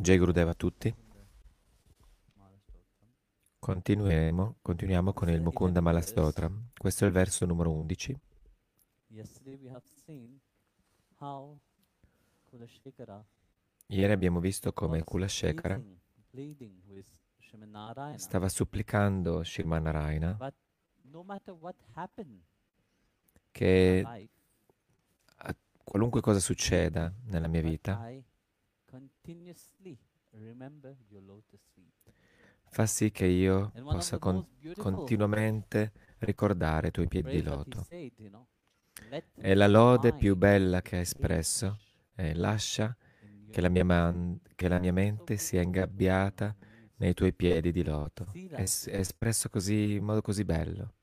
Jai Gurudev a tutti. Continuiamo con il Mukunda Malastotram. Questo è il verso numero 11. Ieri abbiamo visto come Kulashekara stava supplicando Shriman Narayana che qualunque cosa succeda nella mia vita, fa sì che io possa continuamente ricordare i tuoi piedi di loto. E la lode più bella che ha espresso è: lascia che che la mia mente sia ingabbiata nei tuoi piedi di loto. È espresso così, in modo così bello.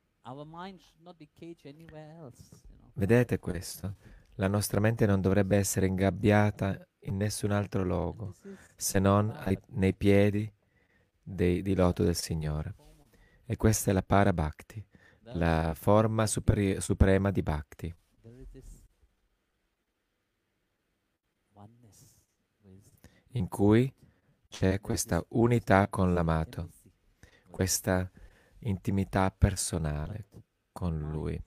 Vedete questo? La nostra mente non dovrebbe essere ingabbiata in nessun altro luogo se non nei piedi di loto del Signore. E questa è la Para Bhakti, la forma suprema di Bhakti, in cui c'è questa unità con l'amato, questa intimità personale con lui.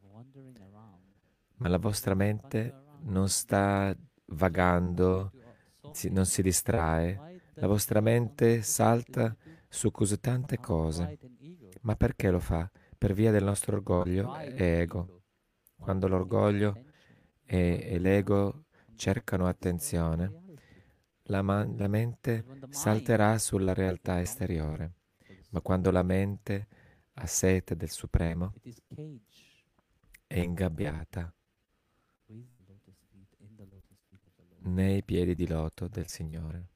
Ma la vostra mente non sta vagando, non si distrae, la vostra mente salta su così tante cose. Ma perché lo fa? Per via del nostro orgoglio e ego. Quando l'orgoglio e l'ego cercano attenzione, la mente salterà sulla realtà esteriore. Ma quando la mente ha sete del Supremo, è ingabbiata nei piedi di loto del Signore.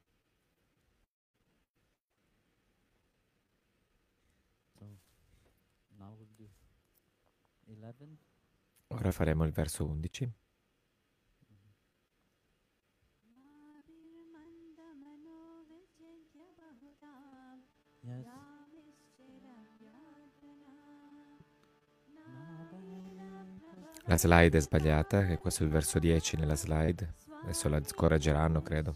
Ora faremo il verso 11. La slide è sbagliata, che questo è il verso 10 nella slide. Adesso la correggeranno, credo.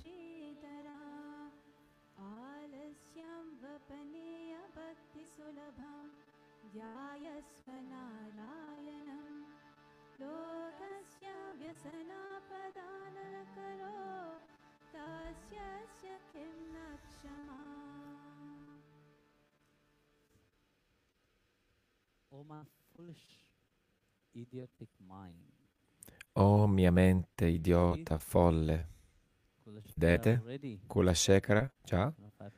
Oh mia mente idiota, folle. Vedete? Kulashekara, già,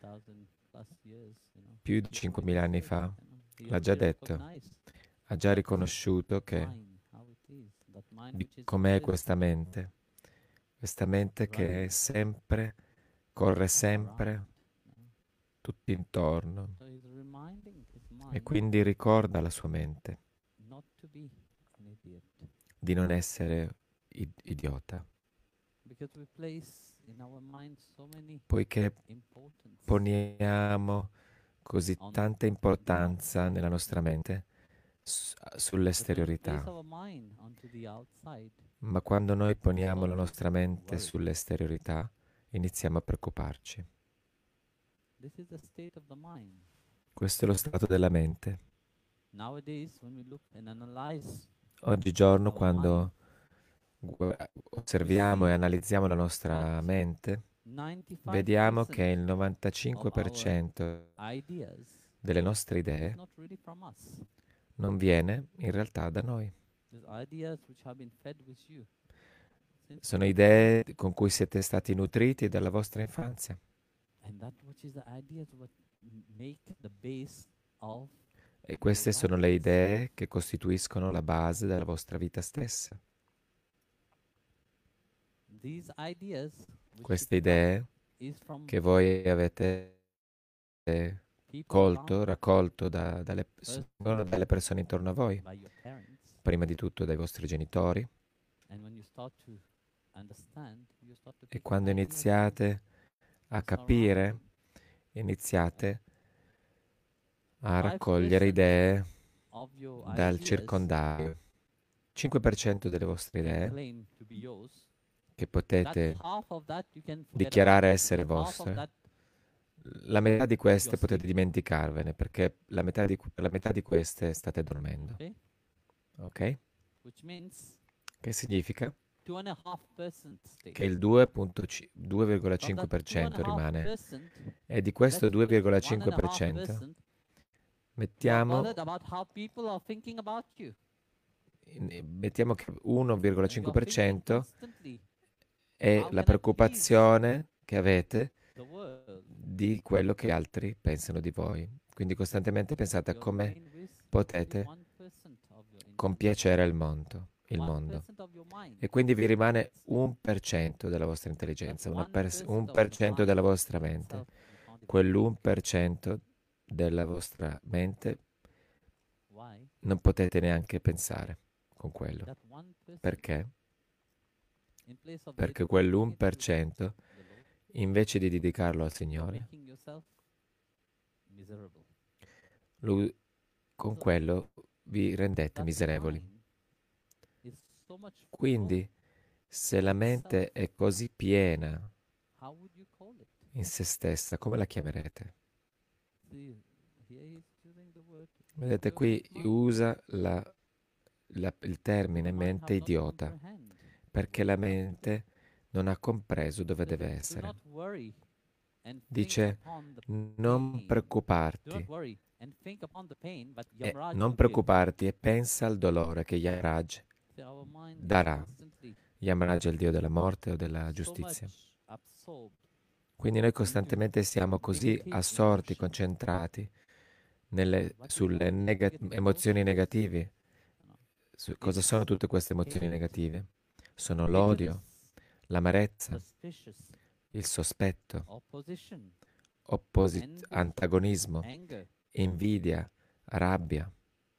più di 5.000 anni fa, l'ha già detto. Ha già riconosciuto com'è questa mente che è sempre, corre sempre tutto intorno, e quindi ricorda alla sua mente di non essere idiota, poiché poniamo così tanta importanza nella nostra mente sull'esteriorità. Ma quando noi poniamo la nostra mente sull'esteriorità, iniziamo a preoccuparci. Questo è lo stato della mente. Oggigiorno, quando osserviamo e analizziamo la nostra mente, vediamo che il 95% delle nostre idee non viene in realtà da noi. Sono idee con cui siete stati nutriti dalla vostra infanzia. E queste sono le idee che costituiscono la base della vostra vita stessa. Queste idee che voi avete raccolto dalle persone intorno a voi, prima di tutto dai vostri genitori, e quando iniziate a capire, iniziate a raccogliere idee dal circondario. 5% delle vostre idee che potete dichiarare essere vostre, la metà di queste potete dimenticarvene, perché per la metà di queste state dormendo. Ok? Che significa? Che il 2,5% rimane, e di questo 2,5% mettiamo che 1,5% è la preoccupazione che avete di quello che altri pensano di voi. Quindi costantemente pensate a come potete compiacere il mondo. E quindi vi rimane 1% della vostra intelligenza, 1% della vostra mente. Quell'1% della vostra mente non potete neanche pensare con quello. Perché? Perché quell'1%, invece di dedicarlo al Signore, con quello vi rendete miserevoli. Quindi, se la mente è così piena in se stessa, come la chiamerete? Vedete, qui usa il termine mente idiota, perché la mente non ha compreso dove deve essere. Dice, non preoccuparti, non preoccuparti e pensa al dolore che Yamaraj darà. Yamaraj è il dio della morte o della giustizia. Quindi noi costantemente siamo così assorti, concentrati sulle emozioni negative. Cosa sono tutte queste emozioni negative? Sono l'odio, l'amarezza, il sospetto, antagonismo, invidia, rabbia.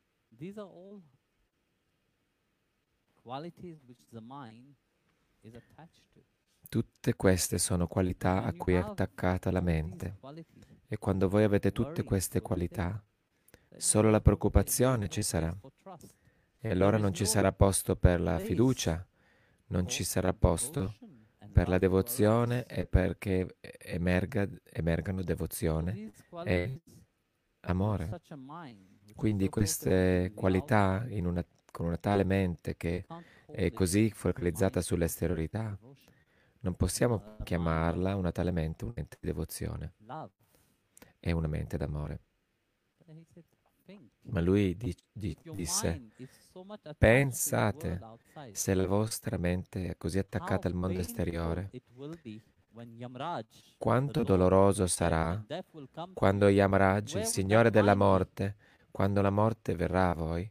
Tutte queste sono qualità a cui è attaccata la mente. E quando voi avete tutte queste qualità, solo la preoccupazione ci sarà. E allora non ci sarà posto per la fiducia, non ci sarà posto per la devozione e perché emergano devozione e amore. Quindi queste qualità con una tale mente che è così focalizzata sull'esteriorità, non possiamo chiamarla una tale mente, una mente di devozione. È una mente d'amore. Ma lui disse, pensate, se la vostra mente è così attaccata al mondo esteriore, quanto doloroso sarà quando Yamaraj, il Signore della morte, quando la morte verrà a voi.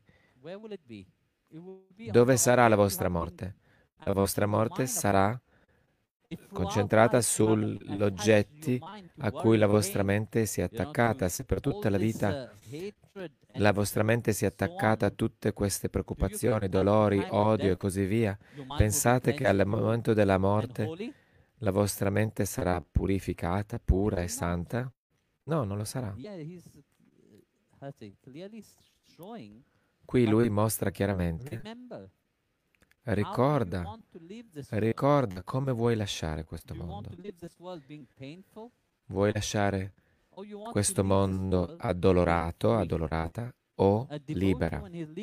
Dove sarà la vostra morte? La vostra morte sarà concentrata sugli oggetti a cui la vostra mente si è attaccata. Se per tutta la vita la vostra mente si è attaccata a tutte queste preoccupazioni, dolori, odio e così via, pensate che al momento della morte la vostra mente sarà purificata, pura e santa? No, non lo sarà. Qui lui mostra chiaramente, ricorda come vuoi lasciare questo mondo. Vuoi lasciare questo mondo addolorata o libero?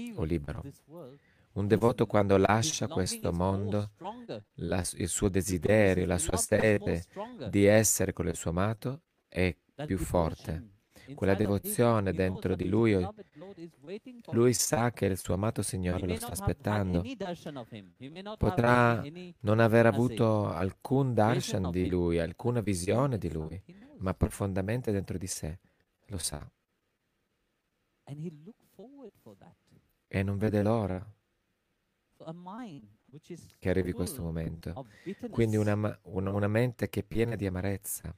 Un devoto quando lascia questo mondo, il suo desiderio, la sua sete di essere con il suo amato è più forte. Quella devozione dentro di lui sa che il suo amato Signore lo sta aspettando. Potrà non aver avuto alcun darshan di lui, alcuna visione di lui, ma profondamente dentro di sé lo sa. E non vede l'ora che arrivi questo momento. Quindi una mente che è piena di amarezza.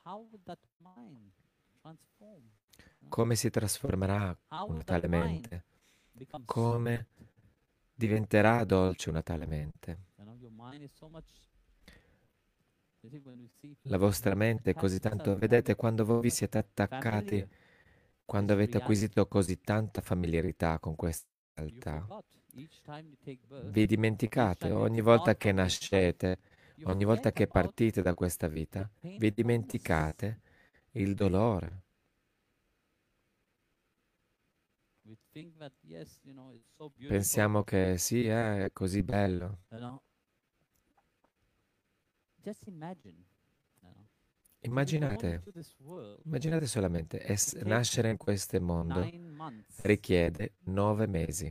Come si trasformerà una tale mente? Come diventerà dolce una tale mente? La vostra mente è così tanto... Vedete, quando voi vi siete attaccati, quando avete acquisito così tanta familiarità con questa realtà, vi dimenticate ogni volta che nascete, Ogni volta che partite da questa vita, vi dimenticate il dolore. Pensiamo che sì, è così bello. Immaginate, immaginate solamente, nascere in questo mondo richiede 9 mesi.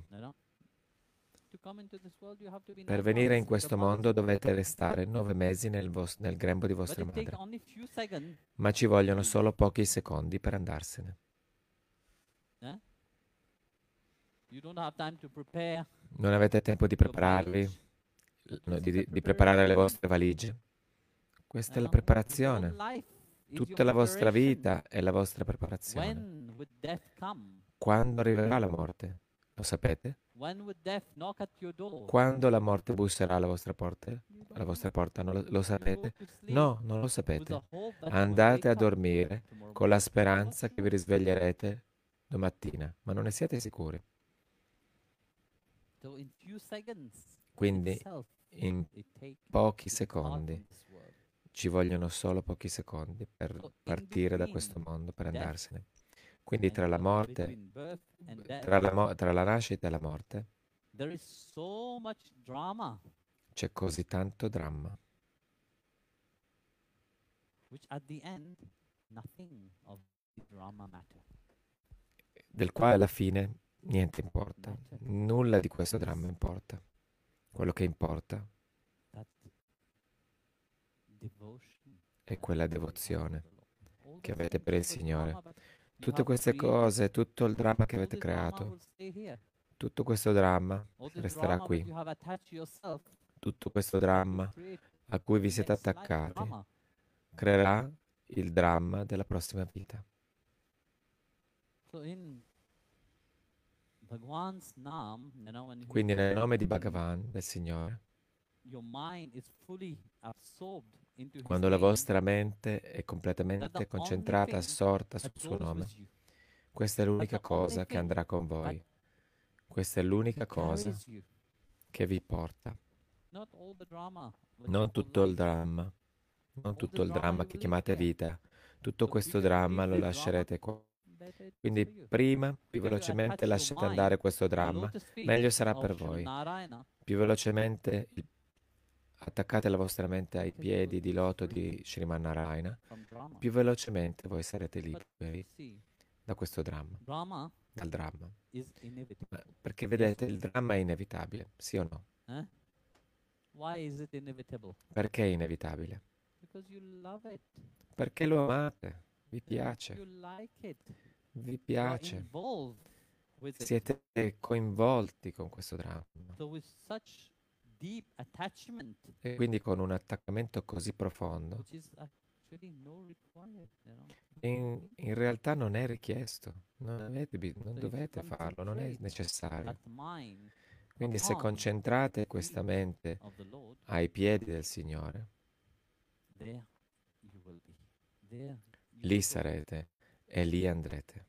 Per venire in questo mondo dovete restare 9 mesi nel grembo di vostra madre, ma ci vogliono solo pochi secondi per andarsene. Non avete tempo di prepararvi, di preparare le vostre valigie. Questa è la preparazione. Tutta la vostra vita è la vostra preparazione. Quando arriverà la morte? Lo sapete? Quando la morte busserà alla vostra porta, lo sapete? No, non lo sapete. Andate a dormire con la speranza che vi risveglierete domattina, ma non ne siete sicuri. Quindi in pochi secondi, ci vogliono solo pochi secondi per partire da questo mondo, per andarsene. Quindi tra la morte, tra la nascita e la morte, c'è così tanto dramma, del quale alla fine niente importa. Nulla di questo dramma importa. Quello che importa è quella devozione che avete per il Signore. Tutte queste cose, tutto il dramma che avete creato, tutto questo dramma resterà qui. Tutto questo dramma a cui vi siete attaccati creerà il dramma della prossima vita. Quindi nel nome di Bhagavan, del Signore, quando la vostra mente è completamente concentrata, assorta sul suo nome, questa è l'unica cosa che andrà con voi. Questa è l'unica cosa che vi porta. Non tutto il dramma, non tutto il dramma che chiamate vita. Tutto questo dramma lo lascerete qua. Quindi prima, più velocemente lasciate andare questo dramma, meglio sarà per voi. Più velocemente attaccate la vostra mente ai piedi di loto di Sriman Narayana, più velocemente voi sarete liberi da questo dramma, dal dramma. Perché vedete, il dramma è inevitabile, sì o no? Perché è inevitabile? Perché lo amate, vi piace, vi piace. Siete coinvolti con questo dramma. E quindi con un attaccamento così profondo, in realtà non è richiesto, non dovete farlo, non è necessario. Quindi se concentrate questa mente ai piedi del Signore, lì sarete e lì andrete.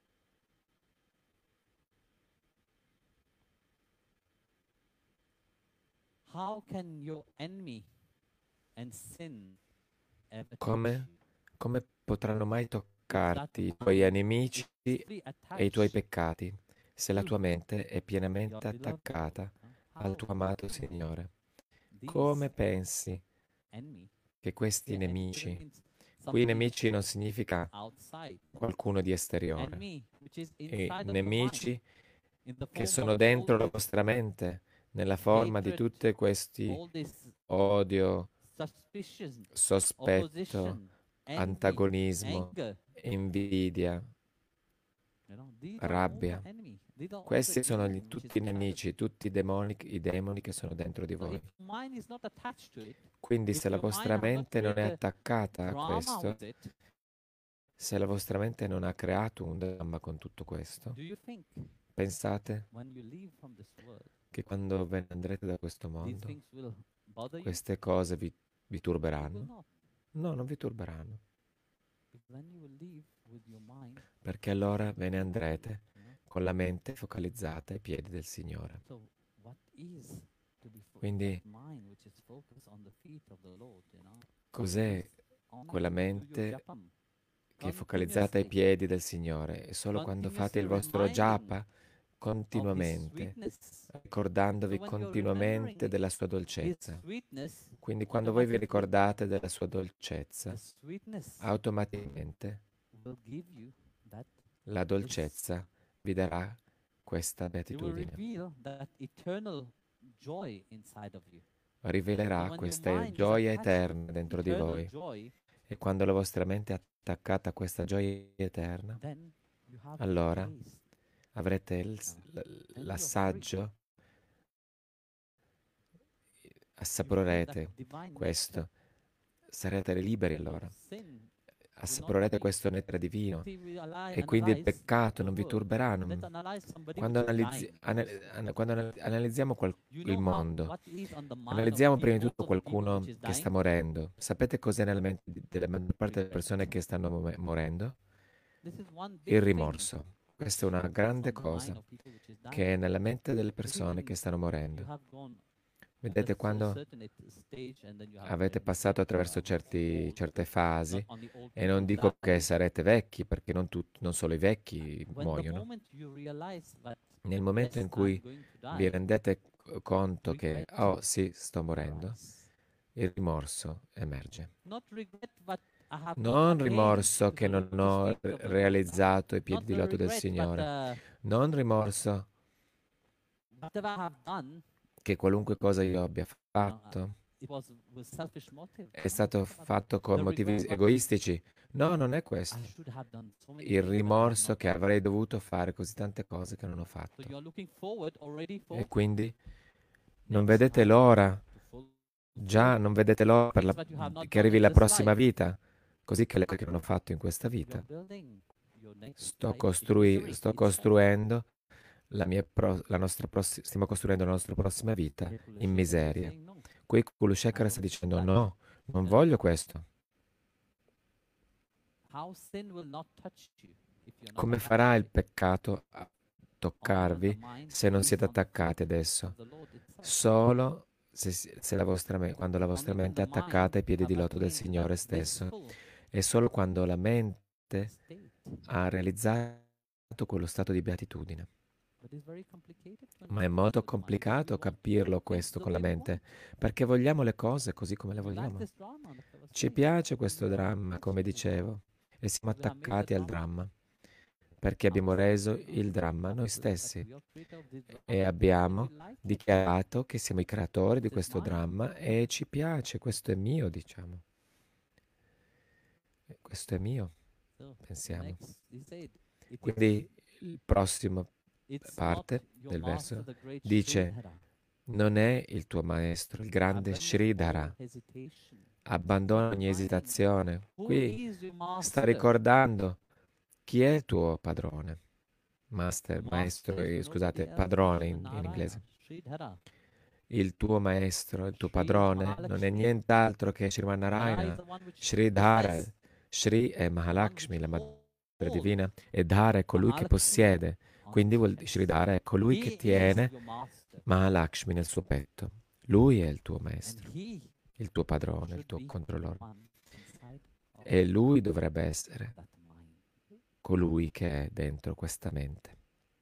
Come potranno mai toccarti i tuoi nemici e i tuoi peccati se la tua mente è pienamente attaccata al tuo amato Signore? Come pensi che questi nemici, qui nemici non significa qualcuno di esteriore, e nemici che sono dentro la vostra mente, nella forma di tutti questi odio, sospetto, antagonismo, invidia, rabbia. Questi sono tutti i nemici, tutti i demoni che sono dentro di voi. Quindi se la vostra mente non è attaccata a questo, se la vostra mente non ha creato un dramma con tutto questo, pensate che quando ve ne andrete da questo mondo, queste cose vi turberanno? No, non vi turberanno. Perché allora ve ne andrete con la mente focalizzata ai piedi del Signore. Quindi cos'è quella mente che è focalizzata ai piedi del Signore? E solo quando fate il vostro japa continuamente, ricordandovi continuamente della sua dolcezza. Quindi quando voi vi ricordate della sua dolcezza, automaticamente la dolcezza vi darà questa beatitudine. Rivelerà questa gioia eterna dentro di voi. E quando la vostra mente è attaccata a questa gioia eterna, allora avrete l'assaggio, assaporerete questo, sarete liberi allora, assaporerete questo nettare divino e quindi il peccato non vi turberà. Quando analizziamo il mondo, analizziamo prima di tutto qualcuno che sta morendo. Sapete cos'è nella mente della maggior parte delle persone che stanno morendo? Il rimorso. Questa è una grande cosa che è nella mente delle persone che stanno morendo. Vedete, quando avete passato attraverso certe fasi, e non dico che sarete vecchi, perché non solo i vecchi muoiono, nel momento in cui vi rendete conto che, oh sì, sto morendo, il rimorso emerge. Non rimorso che non ho realizzato i piedi di loto del Signore, non rimorso che qualunque cosa io abbia fatto è stato fatto con motivi egoistici. No, non è questo. Il rimorso che avrei dovuto fare così tante cose che non ho fatto. E quindi non vedete l'ora, già non vedete l'ora che arrivi la prossima vita, così che le cose che non ho fatto in questa vita. Sto costruendo stiamo costruendo la nostra prossima vita in miseria. Qui Kulushekara sta dicendo no, non voglio questo. Come farà il peccato a toccarvi se non siete attaccati adesso? Solo quando la vostra mente è attaccata ai piedi di loto del Signore stesso. E solo quando la mente ha realizzato quello stato di beatitudine. Ma è molto complicato capirlo questo con la mente, perché vogliamo le cose così come le vogliamo. Ci piace questo dramma, come dicevo, e siamo attaccati al dramma, perché abbiamo reso il dramma noi stessi e abbiamo dichiarato che siamo i creatori di questo dramma e ci piace, questo è mio, diciamo. Questo è mio, pensiamo. Quindi il prossimo parte del verso dice: non è il tuo maestro, il grande Sridhara. Abbandona ogni esitazione. Qui sta ricordando chi è il tuo padrone. Maestro, scusate, padrone in inglese. Il tuo maestro, il tuo padrone, non è nient'altro che Shrimanarayana, Sridhara. Shri è Mahalakshmi, la Madre Divina, e Dhara è colui che possiede. Quindi Sridhara è colui che tiene Mahalakshmi nel suo petto. Lui è il tuo maestro, il tuo padrone, il tuo controllore. E lui dovrebbe essere colui che è dentro questa mente.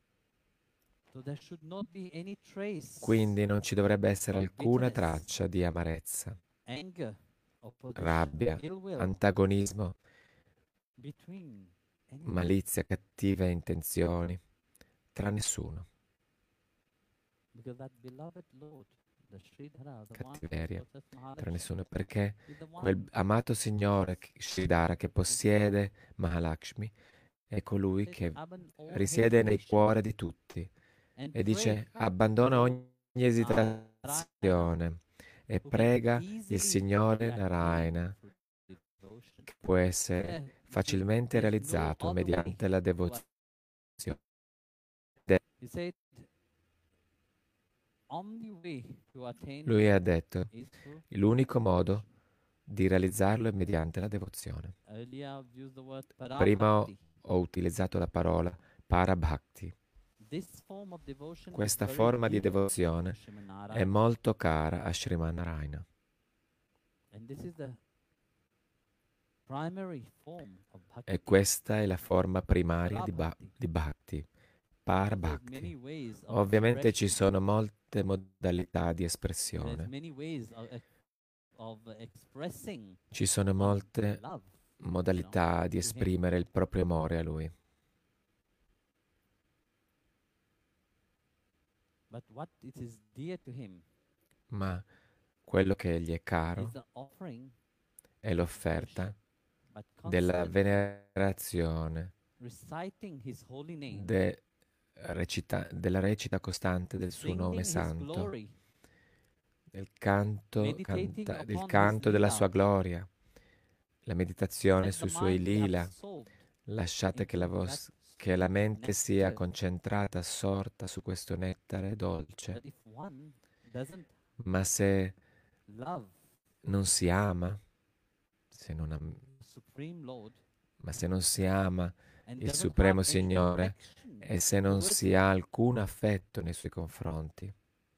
Quindi non ci dovrebbe essere alcuna traccia di amarezza, rabbia, antagonismo, malizia, cattive intenzioni tra nessuno. Cattiveria tra nessuno, perché quel amato Signore Sridhara che possiede Mahalakshmi è colui che risiede nei cuori di tutti e dice: abbandona ogni esitazione e prega il Signore Narayana, che può essere facilmente realizzato mediante la devozione. Lui ha detto: l'unico modo di realizzarlo è mediante la devozione. Prima ho utilizzato la parola Parabhakti. Questa forma di devozione è molto cara a Sriman Narayana. E questa è la forma primaria di Bhakti, Parabhakti. Ovviamente ci sono molte modalità di espressione, ci sono molte modalità di esprimere il proprio amore a Lui. Ma quello che gli è caro è l'offerta della venerazione, della recita costante del suo nome santo, del canto della sua gloria, la meditazione sui suoi lila. Lasciate che la mente sia concentrata, assorta su questo nettare dolce. Ma se non si ama, ma se non si ama il Supremo Signore e se non si ha alcun affetto nei suoi confronti,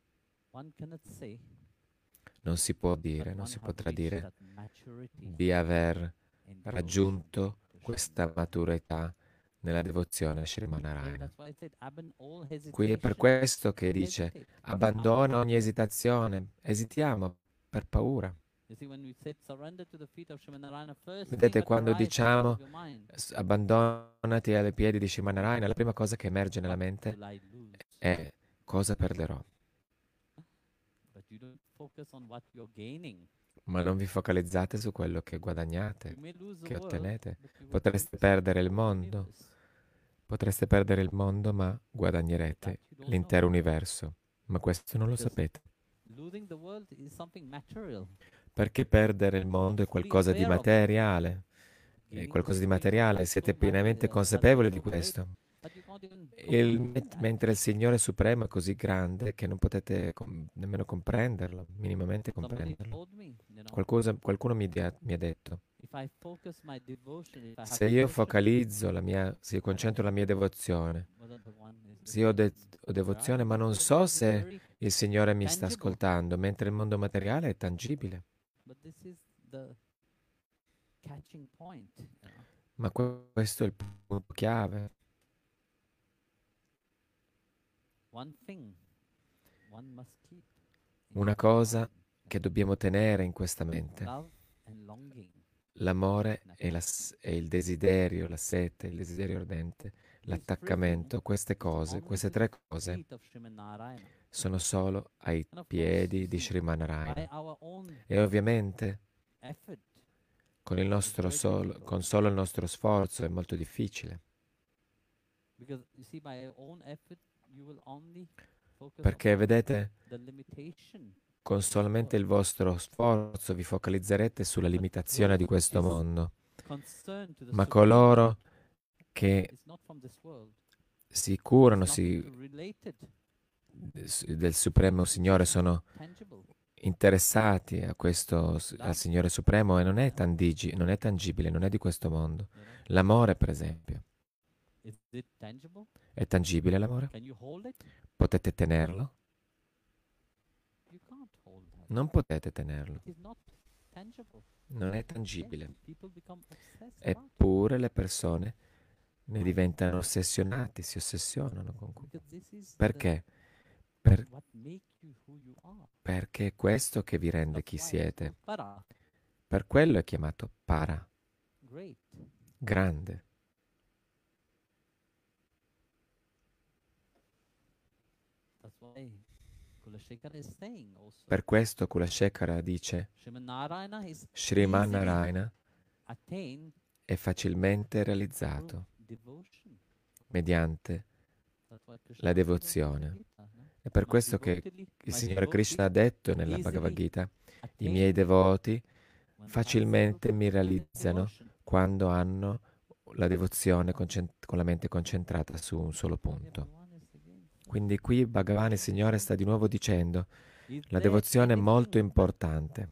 non si potrà dire di aver raggiunto questa maturità nella devozione a Sriman Narayana. Qui è per questo che dice: abbandona ogni esitazione, esitiamo per paura. Vedete, quando diciamo abbandonati ai piedi di Sriman Narayana, la prima cosa che emerge nella mente è: cosa perderò? Ma non vi focalizzate su quello che guadagnate, che ottenete. Potreste perdere il mondo, ma guadagnerete l'intero universo. Ma questo non lo sapete. Perché perdere il mondo è qualcosa di materiale. È qualcosa di materiale, siete pienamente consapevoli di questo. Mentre il Signore Supremo è così grande che non potete nemmeno comprenderlo, minimamente comprenderlo. Qualcuno mi ha detto: se io se io concentro la mia devozione, se io ho devozione, ma non so se il Signore mi sta ascoltando, mentre il mondo materiale è tangibile. Ma questo è il punto chiave. Una cosa che dobbiamo tenere in questa mente: l'amore e il desiderio, la sete, il desiderio ardente, l'attaccamento, queste tre cose, sono solo ai piedi di Sriman Narayana. E ovviamente con solo il nostro sforzo è molto difficile. Perché vedete, con solamente il vostro sforzo vi focalizzerete sulla limitazione di questo mondo. Ma coloro che si curano del Supremo Signore sono interessati al Signore Supremo, e non è tangibile, non è di questo mondo. L'amore, per esempio. È tangibile l'amore? Potete tenerlo? Non potete tenerlo. Non è tangibile. Eppure le persone ne diventano ossessionati, si ossessionano con questo. Perché? Perché è questo che vi rende chi siete. Per quello è chiamato para, grande. Per questo Kulashekara dice: Sriman Narayana è facilmente realizzato mediante la devozione. È per questo che il Signore Krishna ha detto nella Bhagavad Gita: i miei devoti facilmente mi realizzano quando hanno la devozione con la mente concentrata su un solo punto. Quindi qui Bhagavan, il Signore, sta di nuovo dicendo: la devozione è molto importante.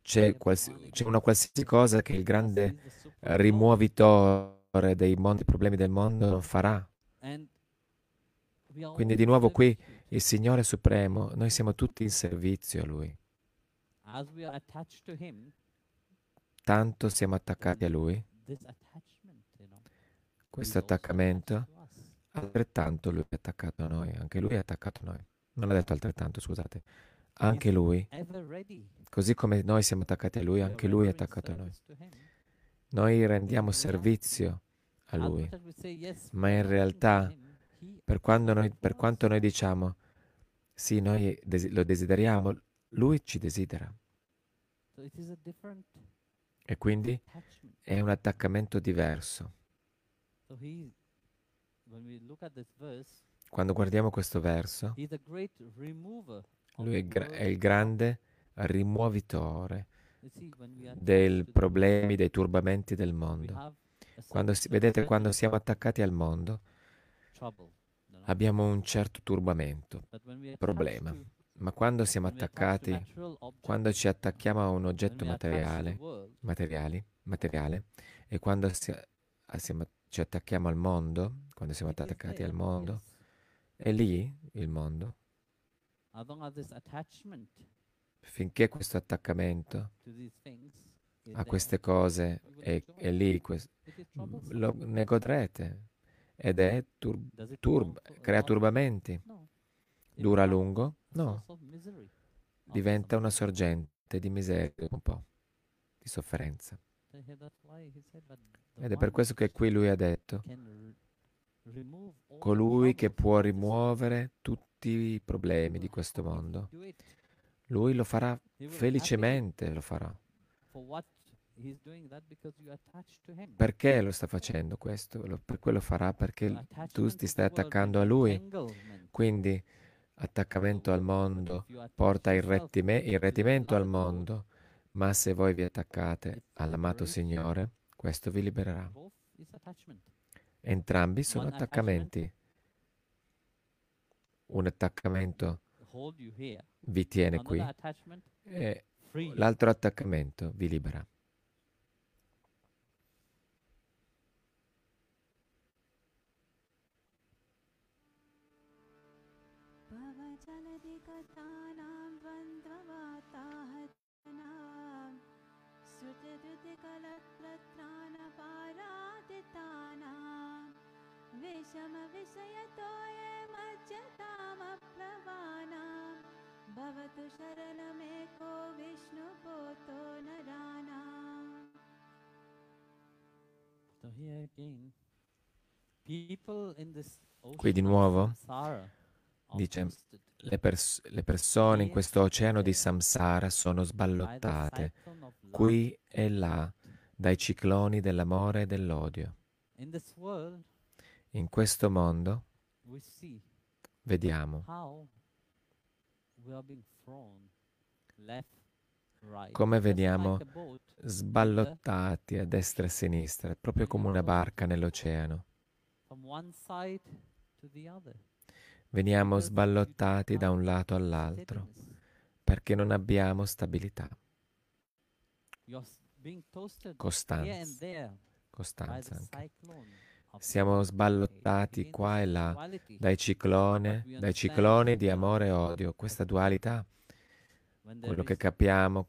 c'è una qualsiasi cosa che il grande rimuovitore dei problemi del mondo non farà. Quindi di nuovo qui il Signore Supremo, noi siamo tutti in servizio a Lui. Tanto siamo attaccati a Lui, questo attaccamento, altrettanto Lui è attaccato a noi, anche Lui è attaccato a noi. Non ha detto altrettanto, scusate. Anche Lui, così come noi siamo attaccati a Lui, anche Lui è attaccato a noi. Noi rendiamo servizio a Lui, ma in realtà, per quanto noi diciamo, sì, noi lo desideriamo, Lui ci desidera. E quindi è un attaccamento diverso. Quando guardiamo questo verso, Lui è il grande rimuovitore dei problemi, dei turbamenti del mondo. Vedete, quando siamo attaccati al mondo, abbiamo un certo turbamento, problema. Ma quando siamo attaccati, quando ci attacchiamo a un oggetto materiale, e quando ci attacchiamo al mondo, quando siamo attaccati al mondo, è lì il mondo. Finché questo attaccamento a queste cose è lì, ne godrete ed è crea turbamenti. Dura a lungo? No. Diventa una sorgente di miseria, un po' di sofferenza. Ed è per questo che qui lui ha detto, colui che può rimuovere tutti i problemi di questo mondo, lui lo farà felicemente, lo farà. Perché lo sta facendo questo? Per quello farà perché tu ti stai attaccando a lui. Quindi attaccamento al mondo porta irretimento al mondo, ma se voi vi attaccate all'amato Signore, questo vi libererà. Entrambi sono attaccamenti. Un attaccamento vi tiene qui e l'altro attaccamento vi libera. Qui di nuovo dice, le persone in questo oceano di samsara sono sballottate qui e là dai cicloni dell'amore e dell'odio. In questo mondo vediamo come veniamo sballottati a destra e a sinistra, proprio come una barca nell'oceano. Veniamo sballottati da un lato all'altro perché non abbiamo stabilità, costanza anche. Siamo sballottati qua e là dai cicloni di amore e odio, questa dualità. Quello che capiamo,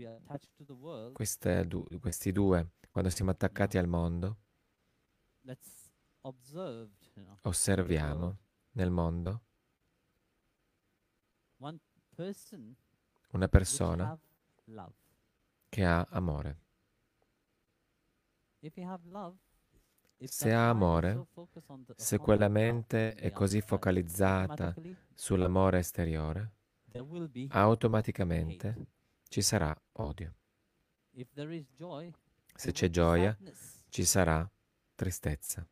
questi due, quando siamo attaccati al mondo, osserviamo nel mondo una persona che ha amore. Se ha amore, se quella mente è così focalizzata sull'amore esteriore, automaticamente ci sarà odio. Se c'è gioia, ci sarà tristezza.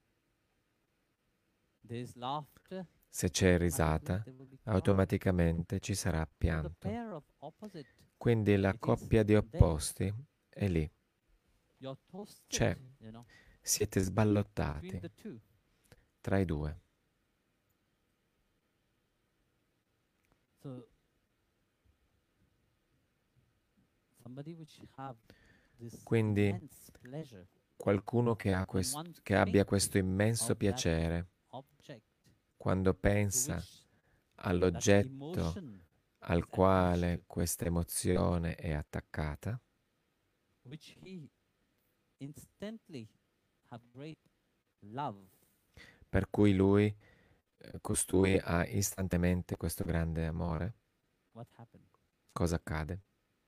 Se c'è risata, automaticamente ci sarà pianto. Quindi la coppia di opposti è lì. C'è. Siete sballottati tra i due. Quindi qualcuno che abbia questo immenso piacere quando pensa all'oggetto al quale questa emozione è attaccata, per cui costui ha istantaneamente questo grande amore, cosa accade?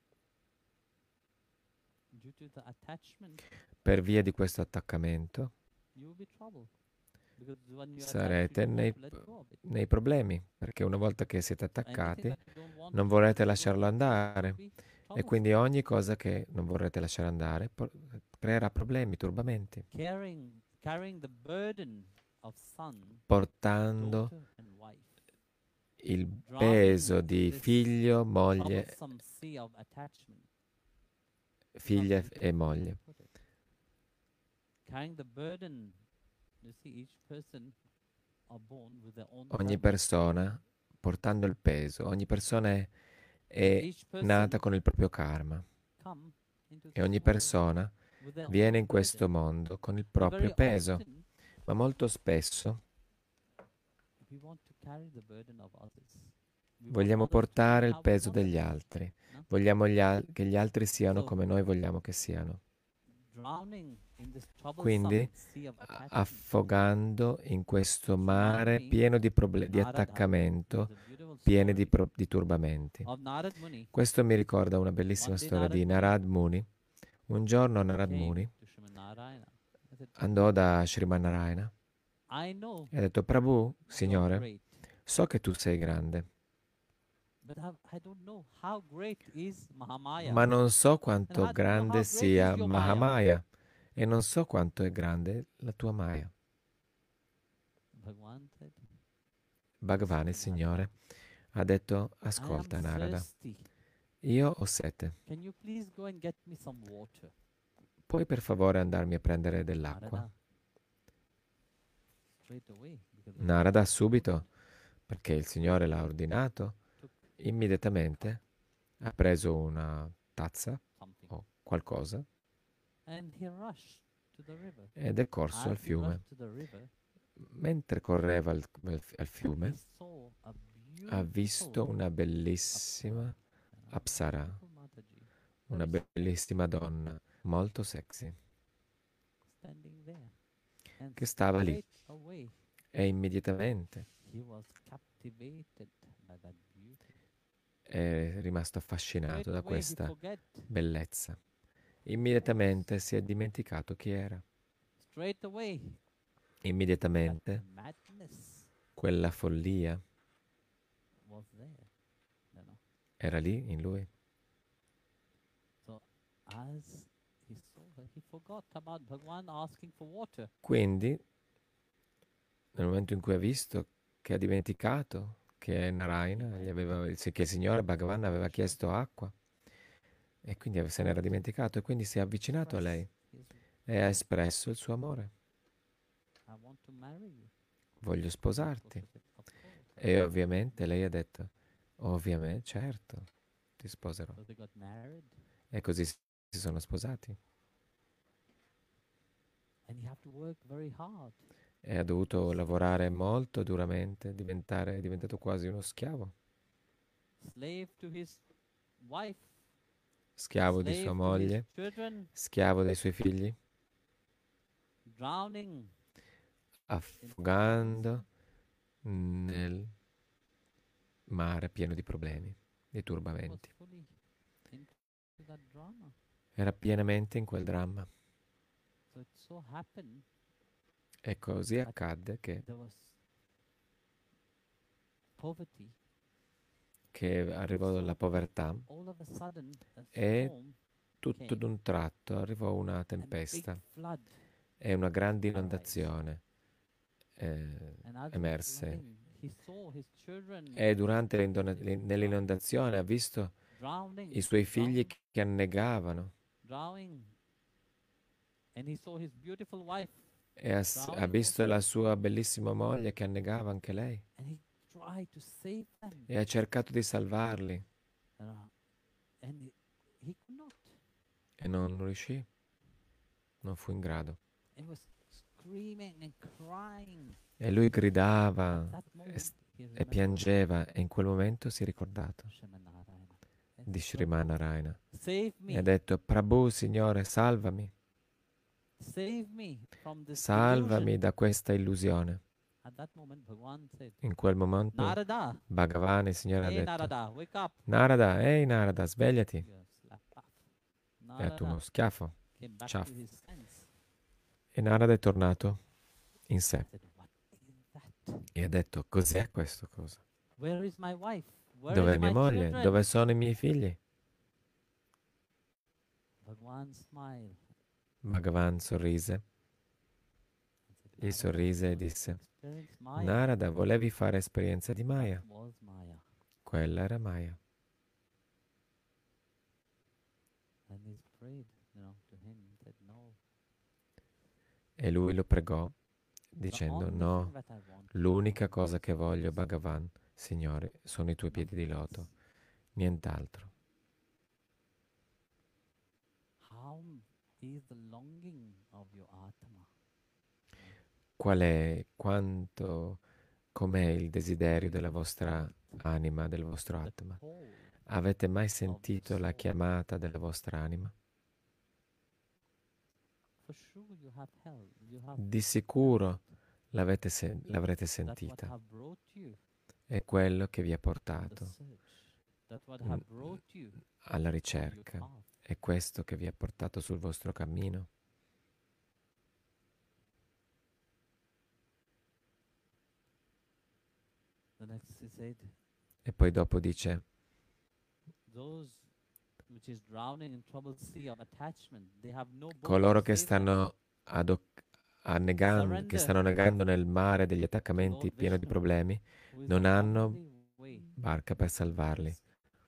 Per via di questo attaccamento sarete nei problemi, perché una volta che siete attaccati non vorrete lasciarlo andare e quindi ogni cosa che non vorrete lasciare andare creerà problemi, turbamenti, portando il peso di figlio, moglie, figlia e moglie. Ogni persona portando il peso, ogni persona è nata con il proprio karma e ogni persona viene in questo mondo con il proprio peso, ma molto spesso vogliamo portare il peso degli altri, vogliamo che gli altri siano come noi vogliamo che siano. Quindi, affogando in questo mare pieno di attaccamento, pieno di turbamenti. Questo mi ricorda una bellissima storia di Narad Muni. Un giorno Narad Muni andò da Sriman Narayana e ha detto: Prabhu, Signore, so che tu sei grande, ma non so quanto grande sia Mahamaya e non so quanto è grande la tua Maya. Bhagavan, il Signore, ha detto: ascolta Narada, io ho sete. Puoi per favore andarmi a prendere dell'acqua? Narada subito, perché il Signore l'ha ordinato, immediatamente ha preso una tazza o qualcosa ed è corso al fiume. Mentre correva al fiume, ha visto una bellissima Apsara, una bellissima donna, molto sexy, che stava lì e immediatamente è rimasto affascinato da questa bellezza. Immediatamente si è dimenticato chi era. Immediatamente quella follia era lì in lui. Quindi, nel momento in cui ha visto che ha dimenticato che Narayana che il Signore Bhagavan aveva chiesto acqua, e quindi se n'era dimenticato, e quindi si è avvicinato a lei e ha espresso il suo amore. Voglio sposarti. E ovviamente lei ha detto: ovviamente, certo, ti sposerò. E così si sono sposati. E ha dovuto lavorare molto duramente, è diventato quasi uno schiavo. Schiavo di sua moglie, schiavo dei suoi figli, affogando nel mare pieno di problemi, di turbamenti. Era pienamente in quel dramma. E così accadde che arrivò la povertà e tutto d'un tratto arrivò una tempesta e una grande inondazione emerse. E durante nell'inondazione ha visto i suoi figli che annegavano e ha visto la sua bellissima moglie che annegava anche lei e ha cercato di salvarli e non riuscì, non fu in grado. It was screaming and crying. E lui At gridava that e, moment, he e remembered piangeva e in quel momento si è ricordato Shamanarayana. And di said, Prabhu, Srimanarayana save e ha me. detto: Prabhu, Signore, salvami, Save me from this salvami illusion. da questa illusione. At that moment, Bhagavan said, In quel momento Narada, Bhagavan, il Signore, ha hey detto: Narada, wake up. Narada, ehi Narada, svegliati. You have slept off. E ha dato uno Narada schiaffo, came back to ciaffo. his sense E Narada è tornato in sé and said, what is that? e ha detto: cos'è questa cosa? Where is my wife? Where is Dov'è mia my moglie? children? Dove sono i miei figli? Bhagavan smiled Bhagavan sorrise, and said, gli Narada, sorrise e you want to disse: experience Maya? Narada, volevi fare esperienza di That Maya? was Maya. Quella era Maya. And he prayed, to him and said, no. E lui lo pregò The dicendo: only thing no, that I want l'unica from cosa che you voglio, is Bhagavan, Signore, sono i tuoi piedi di nothing loto, else. nient'altro. How is the longing of your Atma? Qual è, quanto, com'è il desiderio della vostra anima, del vostro The Atma? call Avete mai of your sentito la soul. chiamata della vostra anima? For sure you have held, you have Di felt sicuro it. l'avrete That what sentita. have brought you È quello che vi ha on the portato search. That what mm, have brought you alla on your ricerca. path. È questo che vi ha portato sul vostro cammino. The next he said, E poi dopo dice: those which is drowning in troubled sea of attachment, they have no boat to coloro che save them. stanno che Surrender stanno negando nel mare degli to attaccamenti Lord pieno di Vishnu, problemi, who is non the hanno only way barca per salvarli. rescue.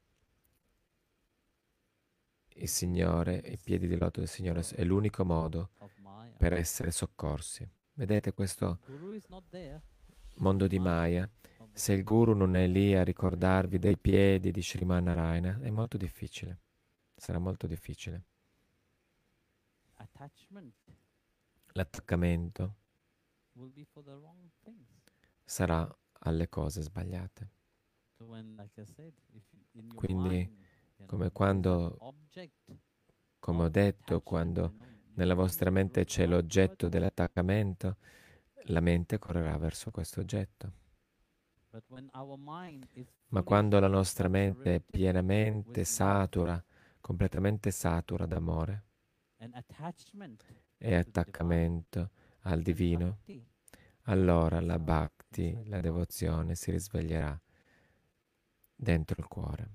Il Signore, i piedi di loto del Signore è l'unico modo Of Maya. per essere soccorsi. Vedete questo Guru is not there mondo to di remind Maya? you of the Se il feet guru non è lì a ricordarvi dei piedi di Sriman Narayana, è molto difficile. Sarà molto difficile. attachment L'attaccamento will be for the wrong things. sarà alle cose sbagliate. So when, like I said, if in your Quindi, mind, come there is an quando, object come ho of detto, attachment, quando your nella mind vostra will mente c'è run l'oggetto towards that. dell'attaccamento, la mente correrà verso questo oggetto. But when our mind is Ma fully quando la nostra mente è saturated pienamente with love satura, completamente satura d'amore and attachment e to the divine, attaccamento al then divino, bhakti allora wakes la up bhakti, inside la the heart. devozione si risveglierà dentro il cuore.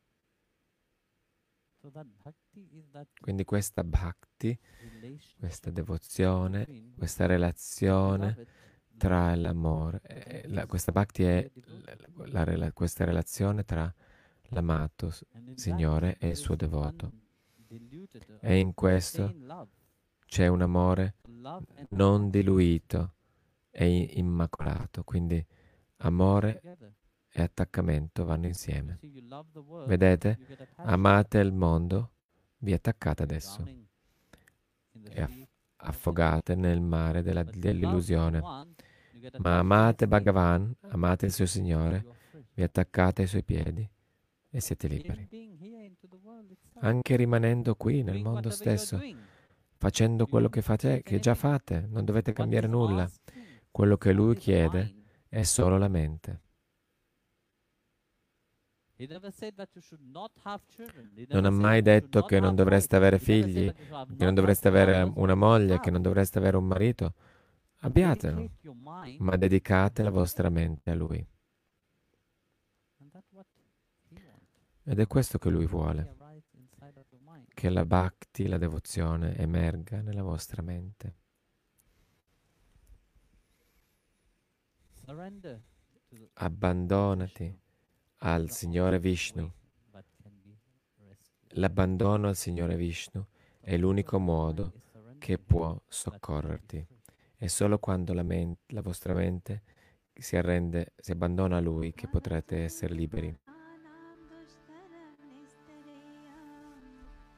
So that bhakti is that Quindi questa bhakti, relationship questa devozione, between questa the relazione beloved tra Lord l'amore, and questa his bhakti è dear devotee. questa relazione tra l'amato And in that Signore e il there suo is devoto. undiluted, E in questo unstained love. c'è un amore Love and non attachment diluito e immacolato, quindi goes amore together. e attaccamento vanno You insieme. see, you love the world, Vedete? you get attached. Amate il mondo, vi attaccate You're adesso drowning in the e sea of affogate nel mare But you love dell'illusione. Bhagavan, you get Ma attached to amate his feet, Bhagavan, amate il suo Signore, you are free. vi attaccate ai suoi piedi e siete liberi. Even being here into the world itself, Anche rimanendo qui nel doing mondo whatever you're stesso, doing, facendo you quello don't have to do che già anything. fate, non dovete What cambiare he's nulla. asking Quello che is lui only the chiede mind. è solo la mente. He never said that you should not have children. He Non never ha said mai that you should detto not che non have wife. dovreste avere He never said figli, that you should che non not have dovreste avere flowers. una moglie, che Have. non dovreste avere un marito. But Abbiatelo, dedicate your mind, ma dedicate la vostra mente a lui. and that's what he wants. Ed è questo che lui Bhakti vuole, arises inside of your mind. che la bhakti, la devozione, emerga nella vostra mente. Surrender to the Abbandonati Vishnu. al The Signore only Vishnu. way that can be rescued. L'abbandono al Signore Vishnu The è l'unico moment the mind modo is surrendered che to him, può that you can be soccorrerti. free. È solo quando la vostra mente si abbandona a Lui che potrete essere liberi.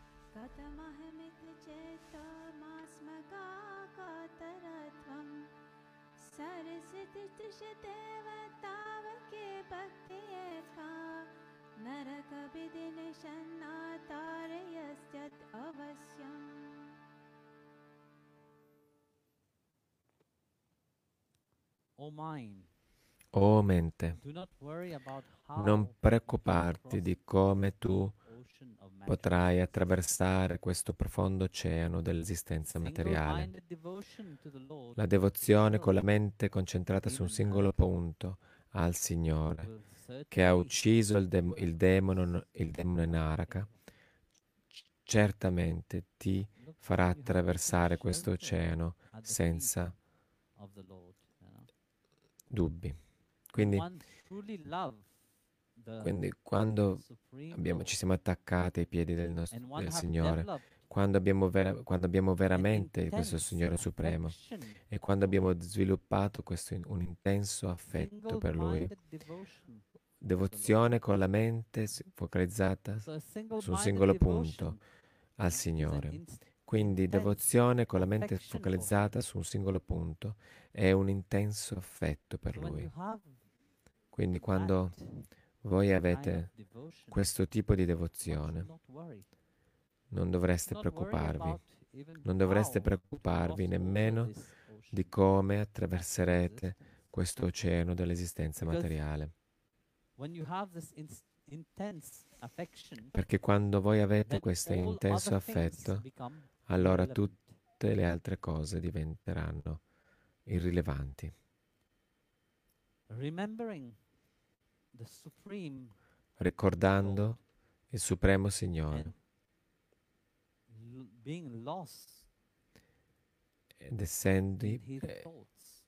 O mind, O mente, do not worry about non how you preoccuparti can di cross come tu the ocean of potrai material attraversare questo profondo oceano dell'esistenza materiale. Single-minded devotion to the Lord La devozione con la kills mente concentrata su un demon singolo Naraka, punto al Signore, will che ha certainly ucciso il demone Naraka, certamente ti look, farà you have taken attraversare questo shelter oceano at the feet senza of the Lord. dubbi. When Quindi, one truly loves the quando Supreme ci Lord siamo attaccati ai piedi and one del have Signore, developed quando abbiamo an veramente questo intense Signore Supremo affection e quando for abbiamo Him, sviluppato un intenso affetto per Lui, single-minded devotion to the Lord. devozione con la mente focalizzata So a su un single-minded singolo punto devotion al is an Signore. Quindi intense devozione con la mente affection for Him. focalizzata su un singolo punto è un intenso affetto per So when Lui. you have Quindi that quando voi kind of avete devotion, questo tipo di one devozione, should not worry. non Should dovreste not worry preoccuparvi. about even Non dovreste how to preoccuparvi cross over nemmeno this ocean di come of material attraverserete existence. questo oceano dell'esistenza Because materiale. when you have this intense affection, Perché quando voi avete then questo all intenso other things affetto, become allora irrelevant. tutte le altre cose diventeranno irrilevanti. Remembering the Supreme Ricordando Lord il Supremo Signore and being lost ed essendo, in His thoughts,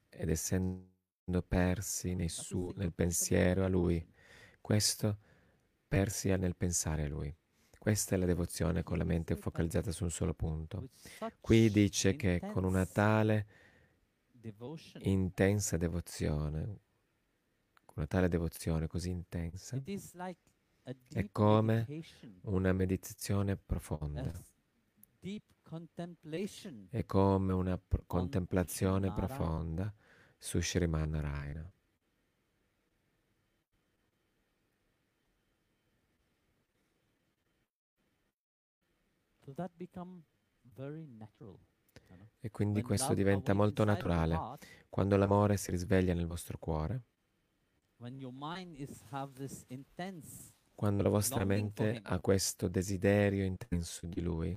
persi that's a single nel point of pensiero a Lui, devotion. questo persi nel pensare a Lui. Questa è la devozione con la Here he mente says that focalizzata su un solo punto. with such Qui dice che con una intense tale devotion, intensa devozione, con una tale devozione così intensa, it is like a è deep come meditation, una meditazione a profonda, deep contemplation è come una on contemplazione Sri Narayana. profonda su Sriman Narayana. So that become very natural. E quindi When questo love diventa awakes molto inside of your naturale. heart, Quando l'amore si risveglia nel vostro cuore, when your mind have this intense quando la vostra longing for mente Him, ha questo desiderio intenso di Lui,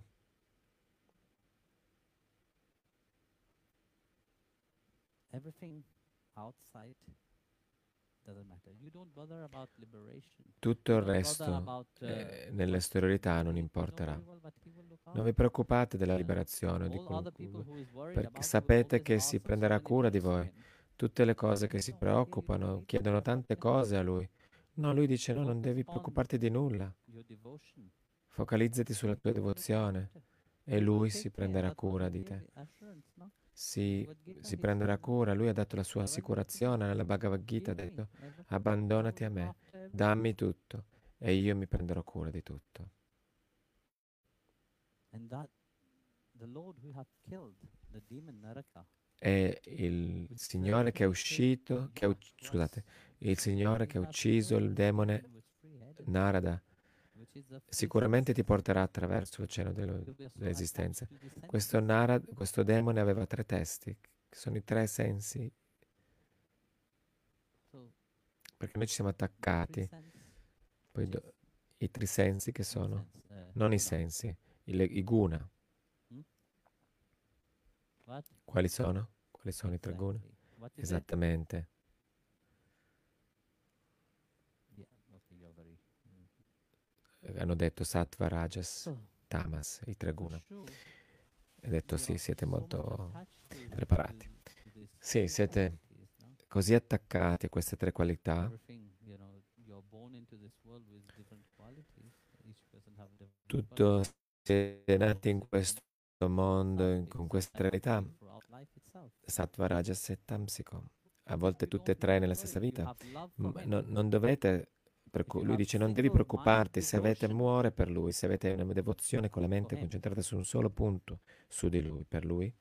everything outside doesn't matter. You don't bother about liberation. tutto You il don't bother resto about nell'esteriorità non you know importerà. very well what He will look Non vi after. preoccupate della liberazione o di All other people who is worried perché about will sapete always che si ask Him so prenderà many cura di things voi. again. Tutte le cose che si No, preoccupano He chiedono tante cose a Lui. No, Lui dice no, non focus devi on preoccuparti di nulla. your devotion. Focalizzati sulla tua He will look devozione after. e He will Lui take si care. prenderà That's what cura He di gave te. the assurance, no? Si Bhagavad Gita, si He prenderà said, cura. Lui ha dato la sua surrender to me. assicurazione nella Bhagavad Gita, ha Give me detto everything. I abbandonati will a look me, after everything. dammi tutto e io mi prenderò cura di tutto. And that the Lord who hath killed the demon Naraka E il will Signore che è certainly take uscito, you across scusate, il Signore che ha you have ucciso il killed the demone demon with free head, Narada which is the free sicuramente ti senses. porterà attraverso l'oceano Because we are so dell'esistenza. attached to the Questo senses. Narad, questo demone aveva 3 testi, che sono i 3 sensi, So perché noi ci siamo the free attaccati. sense, Poi which is i 3 sensi che in sono, sense, non i guna. sensi, i guna. What? Quali sono? Quali sono i 3 guna? Exactly. What is it? Esattamente. Yeah, okay, you're very Hanno detto sattva, rajas, so tamas, i 3 for guna. sure E ho detto we sì, are siete so much molto attached preparati. to these Sì, three siete qualities, no? così attaccati a queste 3 qualità. Everything, you're born into this world with different qualities. Each person have different Tutto qualities. siete nati in questo mondo Qualities con queste and 3 qualità, throughout life itself. sattva, rajas e tamsico. A So volte you tutte e don't 3 need to nella worry. stessa You vita. have love for Him. Non dovete lui dice non devi preoccuparti se avete amore per lui, se avete una devozione con la mente concentrata su un solo punto, su di lui, per lui,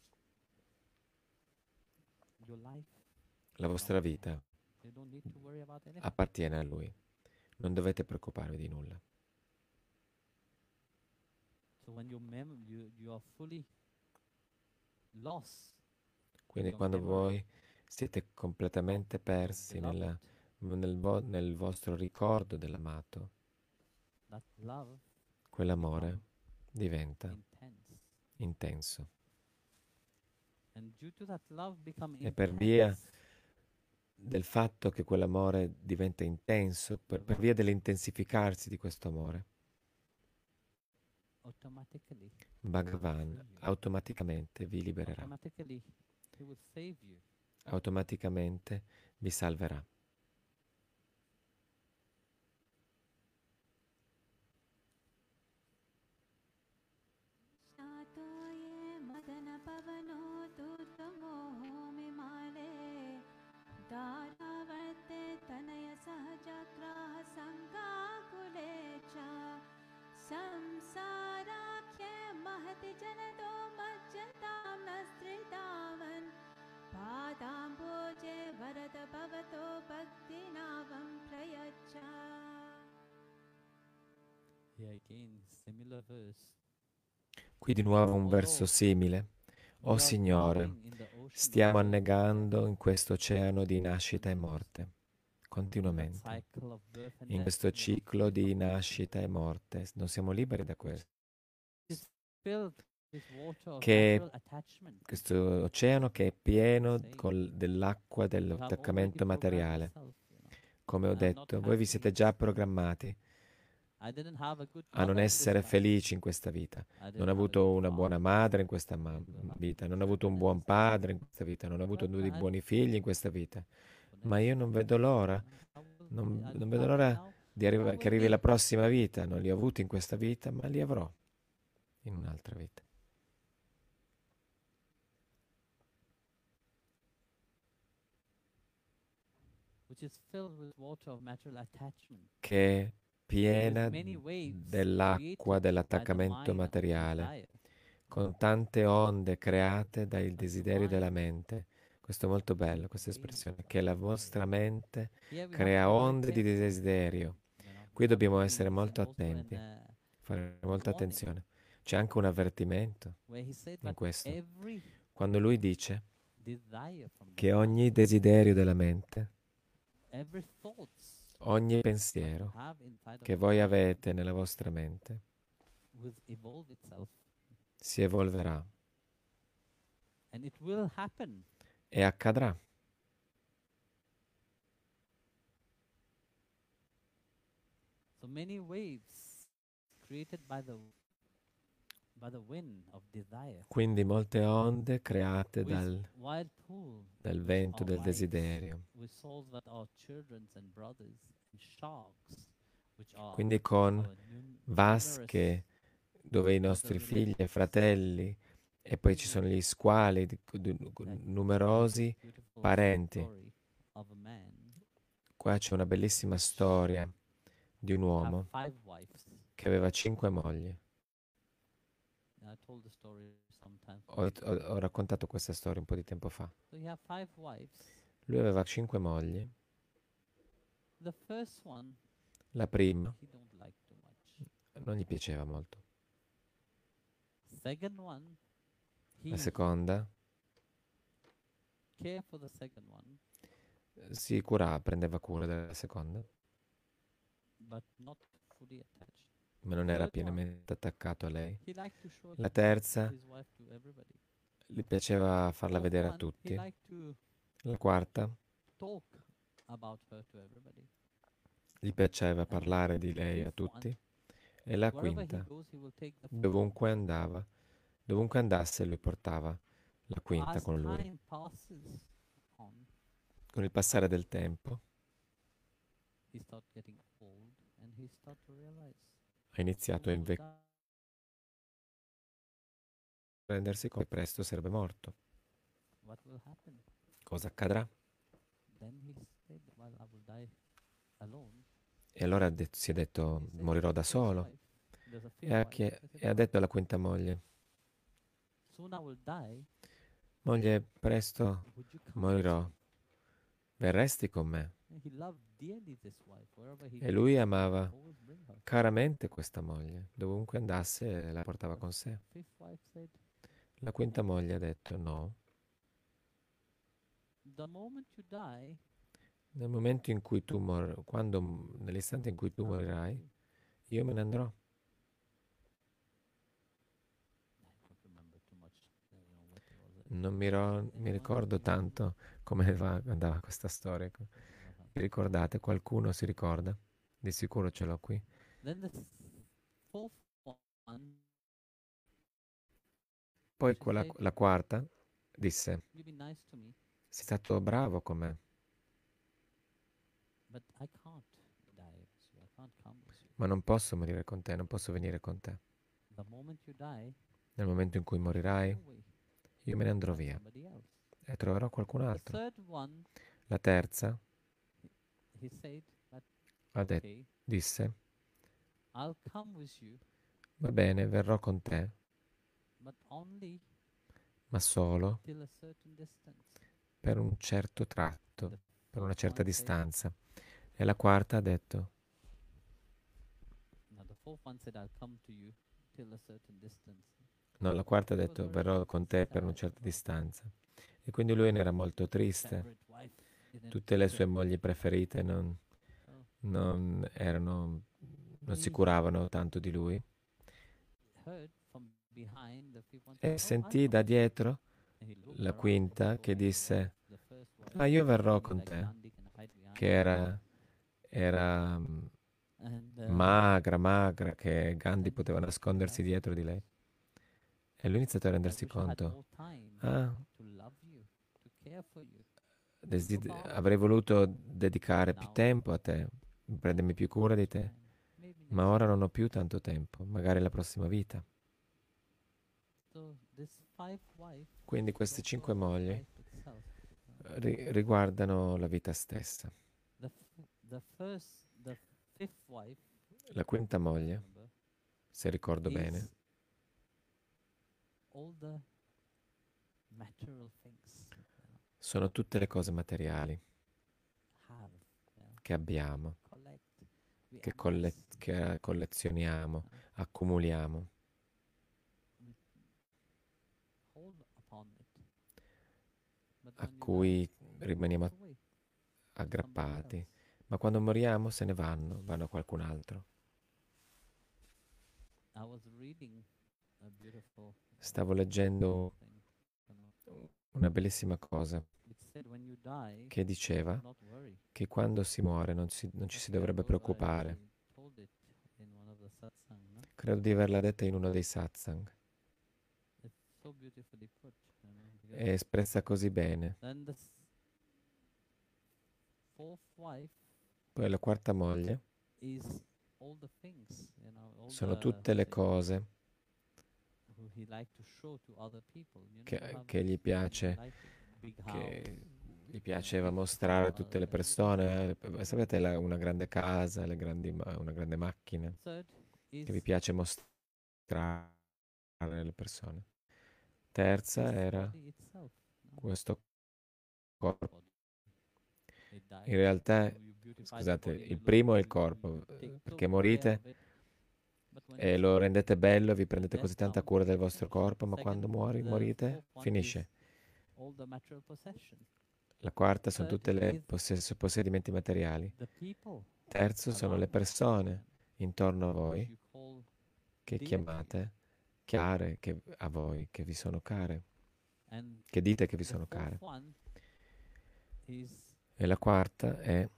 la vostra vita appartiene a lui. Non dovete preoccuparvi di nulla. Quindi quando voi siete completamente persi nel vostro ricordo dell'amato, quell'amore diventa intenso. E per via del fatto che quell'amore diventa intenso, per via dell'intensificarsi di questo amore, Bhagavan automaticamente vi libererà, automaticamente vi salverà. Qui di nuovo un verso simile. O Signore, stiamo annegando in questo oceano di nascita e morte, continuamente, in questo ciclo di nascita e morte. Non siamo liberi da questo. Questo oceano che è pieno dell'acqua dell'attaccamento materiale. Come ho detto, voi vi siete già programmati a non essere felici in questa vita. Non ho avuto una buona madre in questa vita, non ho avuto un buon padre in questa vita, non ho avuto dei buoni figli in questa vita. Ma io non vedo l'ora, non vedo l'ora che arrivi la prossima vita. Non li ho avuti in questa vita, ma li avrò in un'altra vita. Che è piena dell'acqua dell'attaccamento materiale, con tante onde create dai desideri della mente. Questo è molto bello, questa espressione, che la vostra mente crea onde di desiderio. Qui dobbiamo essere molto attenti, fare molta attenzione. C'è anche un avvertimento in questo. Quando lui dice che ogni desiderio della mente, ogni pensiero che voi avete nella vostra mente si evolverà e accadrà. Quindi molte onde create dal vento del desiderio. Quindi con vasche dove i nostri figli e fratelli, e poi ci sono gli squali, numerosi parenti. Qua c'è una bellissima storia di un uomo che aveva 5 mogli. Ho raccontato questa storia un po' di tempo fa. Lui aveva 5 mogli. La prima non gli piaceva molto. La seconda prendeva cura della seconda, ma non era pienamente attaccato a lei. La terza gli piaceva farla vedere a tutti. La quarta gli piaceva parlare di lei a tutti. E la quinta, dovunque andasse, lui portava la quinta con lui. Con il passare del tempo ha iniziato a rendersi conto che presto sarebbe morto. Cosa accadrà? E allora si è detto, He said to morirò the da fourth solo. wife, there's a E fifth wife. He said, ha detto alla quinta moglie, soon I will die. moglie, presto Would you come with morirò, me? verresti con me? And he loved dearly this wife. Wherever he E lui goes, he would amava always bring her. caramente questa moglie, dovunque andasse la portava The con sé. fifth wife said, La quinta moglie ha detto no, the moment you die, nel momento in cui tu nell'istante in cui tu I'll come with morirai, you. io me ne andrò. I don't remember too much. What was it? Non mi Anyone? ricordo tanto come andava questa storia. Vi ricordate? Qualcuno si ricorda? Di sicuro ce l'ho qui. Then the fourth one, Poi she said, la quarta disse, you be nice to me, sei stato bravo con me, but I can't die with you. I can't come with you. ma non posso morire con te, non posso venire con te. The moment you die, Nel momento in cui I'll go morirai, away, io me ne andrò find via somebody else. e troverò qualcun The altro. third one, La terza he said that, okay, disse, I'll come with you, va bene, verrò con te, but only ma solo till a certain distance. per un certo tratto, The per una fourth certa one said, distanza. E la quarta ha detto, now the fourth one said, I'll come to you till a certain distance. no, la quarta ha He was detto, very verrò con te per una sad certa about distanza. E quindi lui ne era molto his triste. favorite wife didn't Tutte le care. sue mogli preferite non si curavano tanto di lui. Heard from behind the fifth one E said, oh, I'll sentì come da with you. dietro And he looked la around. quinta che Oh, disse, the first wife, ah, io verrò maybe con like te, Gandhi can hide behind. che era And magra, che Gandhi then poteva he nascondersi realized dietro di lei. E lui ha iniziato a I rendersi wish I had conto, more time ah, to love you, to care for you. avrei voluto dedicare più Now tempo a te, prendermi più cura di te, time, maybe ma next ora non life. ho più tanto tempo, magari la prossima vita. So this five wife Quindi is queste also 5 mogli life itself. riguardano la vita stessa. The fifth wife, La quinta moglie, remember, se ricordo is bene, all the material things that sono tutte le cose materiali have, che abbiamo, collect, we che amass, collezioniamo, accumuliamo, we hold upon it. But a when you cui die, rimaniamo it's away to somebody aggrappati, else. ma quando moriamo se ne vanno a qualcun altro. I was reading a beautiful Stavo leggendo thing. una bellissima cosa It said when you die, che diceva not worry. che quando si muore non ci si dovrebbe preoccupare. I told it in one of the satsang, no? Credo di averla detta in uno dei satsang. It's so beautifully put, because È espressa così bene. then the fourth wife Poi la quarta moglie is all the things, all sono the tutte le things cose who he liked to show to other people. che gli piace, big che house, gli piaceva mostrare a tutte le persone. Sapete, una grande casa, una grande macchina, third is che vi piace mostrare alle persone. Terza this era body itself, no? questo corpo. Body. They die, In realtà, you beautify the scusate, body, you il look, primo è il you corpo, take so perché good care morite of it. But when e it's lo rendete bello, vi prendete death così tanta comes, cura del it's vostro finished. corpo, ma quando The morite, fourth one finisce. is all the material possession. La quarta sono Third tutte le is possedimenti materiali. the people Terzo sono le around persone intorno a which voi you call che dear to you. chiamate care a voi, che vi sono care, And che dite che vi the sono fourth care. one is, E la quarta è, I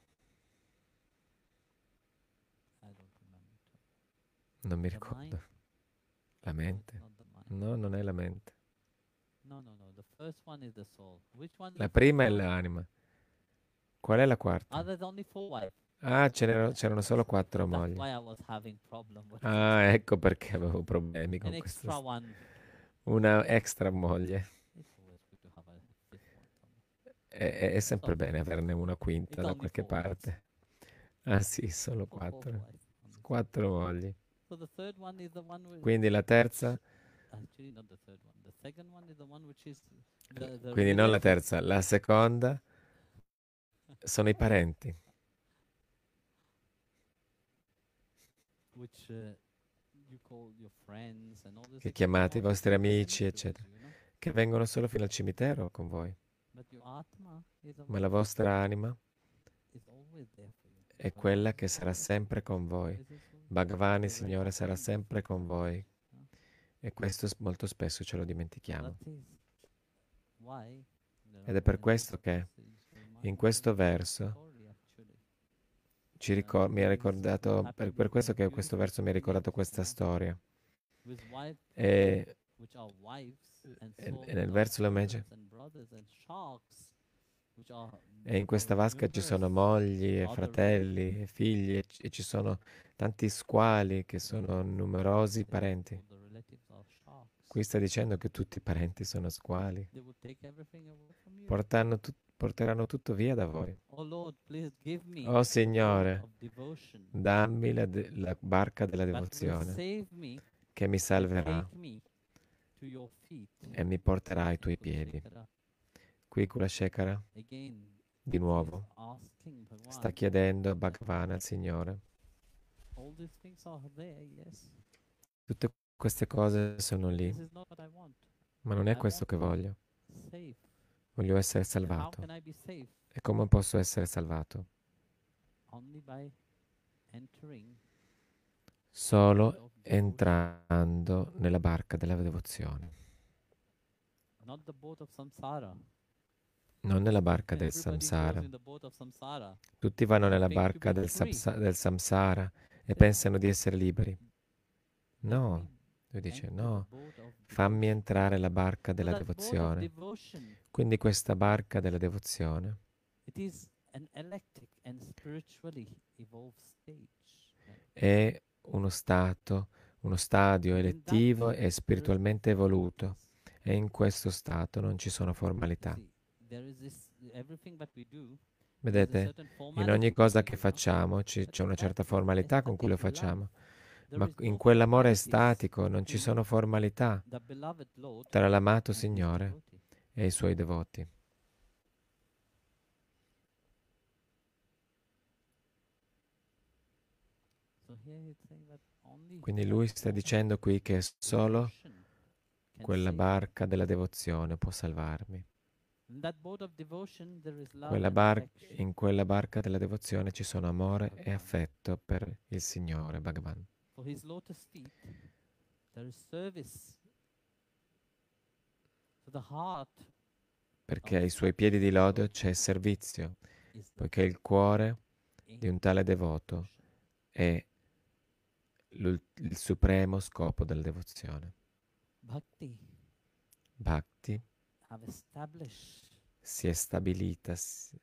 don't remember. non mi The ricordo, mind? la No, it's mente. not the mind. No, non è la mente. No. The first one is the soul. Which one La is prima è now? l'anima. Qual è la quarta? There's only four wives. Ah, c'erano solo 4 That's mogli. why I was having problem with it. Ah, ecco perché avevo problemi An con questo. extra one. Una extra moglie. It's always good to have a fifth one somewhere. È sempre bene averne una quinta It's da only qualche four wives. parte. Ah sì, solo or fourth 4. wife on this. 4 mogli. So the third one is the one Quindi la terza, actually not the third one. The second one is the one which is the quindi non la relatives, terza, la seconda sono i parenti which you call your friends and all this. che They come chiamate i all the vostri way to the amici, cemetery with eccetera, you, you know. che vengono solo fino al cimitero con voi, But your atma is the ma one la which vostra anima is always there for you. è Bhagavan quella is che sarà always there. sempre con voi. This is Bhagavan, il the very Signore, sarà key. sempre con voi. Huh? E questo molto spesso ce lo So dimentichiamo. that is why Ed è per in this questo che passage in reminds questo us of a verso story actually. mi ha Is what ricordato, happened per with questo the che questo beautiful verso mi ha ricordato snakes, questa storia. with wife E, which are wives and e souls nel of verso lo legge. parents and brothers and sharks, which are E in questa vasca ci sono mogli e fratelli e figli e ci sono tanti squali che sono numerosi parenti. the relatives are sharks. Qui sta dicendo che tutti i parenti sono squali. They would take everything away from you. Porteranno tutto via da voi. Oh Lord, please give me Oh a boat Signore, of devotion dammi la barca della that will devozione save me che mi and salverà take me to your feet. e mi porterà ai tuoi piedi. Kulashekara, Qui Kulashekara again, di is nuovo asking sta Bhagwan, chiedendo a Bhagavan, al Signore. all these things are there, yes. Tutte queste cose sono But lì, this is not what I want. ma non è I questo want che to be voglio. safe. Voglio essere And how salvato. can I be safe? E come posso essere salvato? Only by entering Solo of devotion, entrando nella barca della devozione, not the boat of samsara. non nella barca del Everybody goes samsara. in the boat of samsara. Tutti vanno nella think to barca be del, free. del samsara e No, pensano di essere liberi. let No, me lui dice enter the no, boat of fammi devotion. entrare nella barca So della that boat of devozione. devotion, Quindi questa barca della devozione it is an electric and spiritually evolved stage. è uno stadio And in that elettivo e there is spiritualmente no evoluto. formalities. E in questo stato non ci sono You formalità. see, there is this everything that we do. There's a Vedete, certain in ogni formality cosa to che it, no? facciamo But c'è in una that certa formalità con cui lo ecstatic love, facciamo, there ma is in no quell'amore formalities estatico non ci between sono formalità the beloved Lord tra l'amato and his Signore devotee. e i suoi devoti. So here he's saying that only Quindi that lui sta boat of dicendo qui che solo devotion can quella save me. barca della devozione può salvarmi. In that boat of devotion there is love Quella and affection. in quella barca della devozione ci sono amore e affetto per il Signore Bhagavan. For his lotus feet there is service. So the heart Perché ai suoi piedi di lodo c'è servizio, is the poiché il cuore aim di un tale of devoto devotion. è il supremo scopo della devozione. Bhakti Bhakti have established si è stabilita, this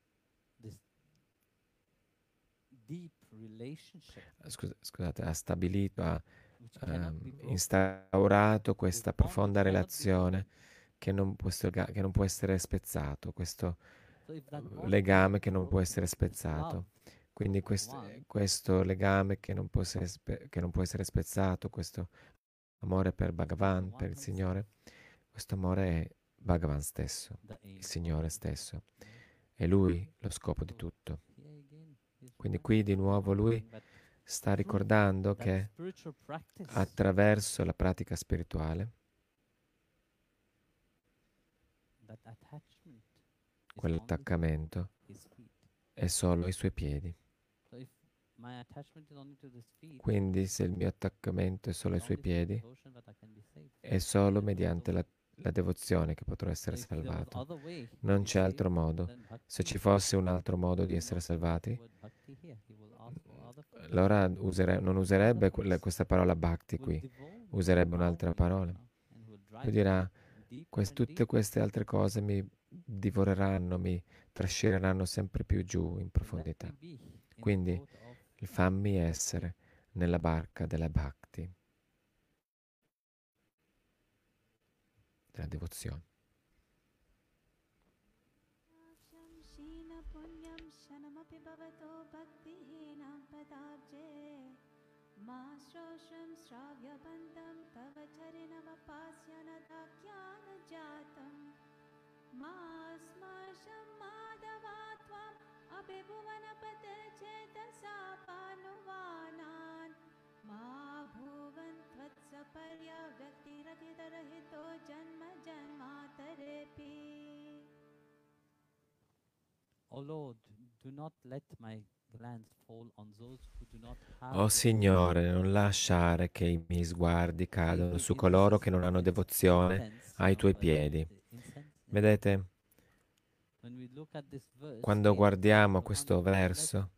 deep relationship scusate, ha stabilito, ha which cannot be broken. instaurato This questa bond profonda cannot be relazione broken. che non può essere spezzato, questo So if that bond legame cannot che be non può broken, essere this spezzato. love Quindi for Bhagwan, questo legame che non può essere, che non può essere spezzato, questo amore per Bhagavan, per il himself, Signore, questo amore è Bhagavan stesso, the aim il of Signore it. stesso. È Lui lo scopo di So tutto. here again, he's Quindi qui di nuovo Lui reminding that sta through ricordando that che spiritual practice, attraverso la pratica spirituale, that attachment is only quell'attaccamento to his feet. è solo ai suoi piedi. So if my attachment is only to his feet, Quindi se il mio attaccamento è solo ai it's suoi only through piedi, devotion that I can be saved. è solo There's no mediante other way. la devozione che potrò So essere if there was salvato. other way to Non be c'è altro saved, modo. then Se bhakti ci fosse un altro modo di will essere not use the salvati, word bhakti here. He will ask for other things. allora non userebbe questa parola bhakti Will qui, devour me, userebbe devour un'altra me, parola. no? And will drive Lui me dirà, deeper and tutte deeper queste altre cose mi divoreranno, mi trascineranno sempre più giù in Let profondità. me be in the Quindi boat of fammi essere nella barca della bhakti, della devozione. शं क्षीणपुण्यं शनमपि भवतो भक्तिः O Lord, do not let my glance fall on those who do not have O the Signore, non lasciare che i miei sguardi cadano su coloro che non hanno devozione ai tuoi piedi. Vedete, quando guardiamo questo verso,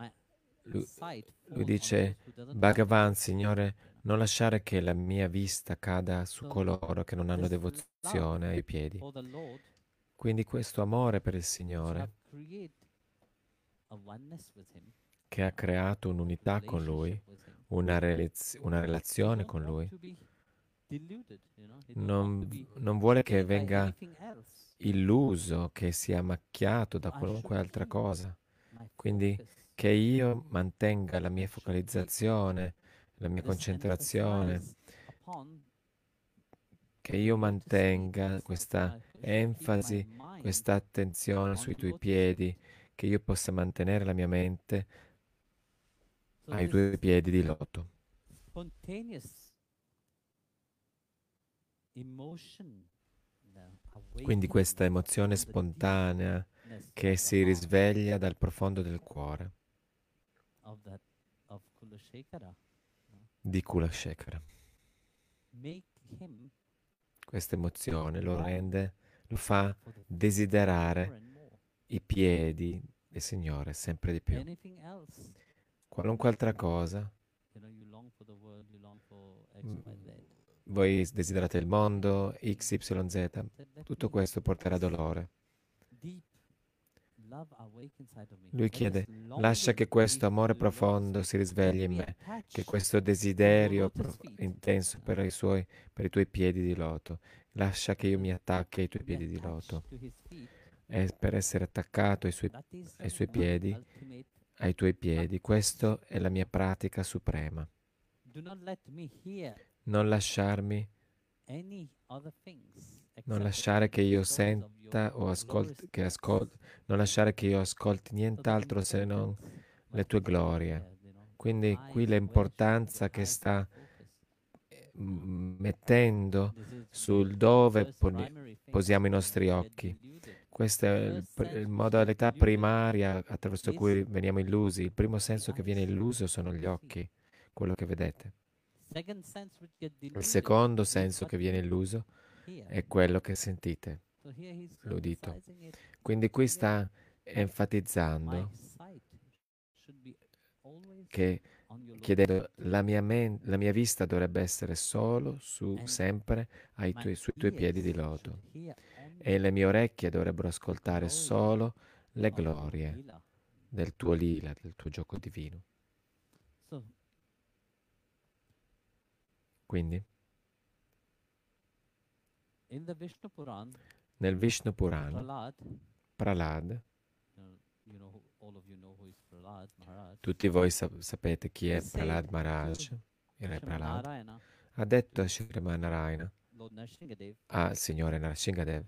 lui dice, Bhagavan, Signore, non lasciare che la mia vista cada su coloro che non hanno devozione ai piedi. Quindi questo amore per il Signore, che ha creato un'unità con Lui, una relazione con Lui, non vuole che venga illuso, che sia macchiato da qualunque altra cosa. Quindi che io mantenga la mia focalizzazione, la mia concentrazione, che io mantenga questa enfasi, questa attenzione sui tuoi piedi, che io possa mantenere la mia mente ai tuoi piedi di loto. Quindi questa emozione spontanea che si risveglia dal profondo del cuore di Kulashekara. Questa emozione lo fa desiderare i piedi del Signore sempre di più. Qualunque altra cosa, voi desiderate il mondo, X, Y, Z, tutto questo porterà dolore. Lui chiede, lascia che questo amore profondo si risvegli in me, che questo desiderio intenso per i tuoi piedi di loto, lascia che io mi attacchi ai tuoi piedi di loto. E per essere attaccato ai suoi piedi, ai tuoi piedi, questa è la mia pratica suprema. Non lasciarmi, non lasciare che io senta o non lasciare che io ascolti nient'altro se non le tue glorie. Quindi qui l'importanza che sta mettendo sul dove posiamo i nostri occhi. Questa è la modalità primaria attraverso cui veniamo illusi. Il primo senso che viene illuso sono gli occhi, quello che vedete. Il secondo senso che viene illuso è quello che sentite, l'udito. Quindi qui sta enfatizzando che chiedendo la mia vista dovrebbe essere solo sempre sui tuoi piedi di loto e le mie orecchie dovrebbero ascoltare solo le glorie del tuo lila, del tuo gioco divino. Quindi nel Vishnu Purana, Prahlad, tutti voi sapete chi è Prahlad Maharaj, il re Prahlad, ha detto a Shriman Narayana, al Signore Narasimhadev,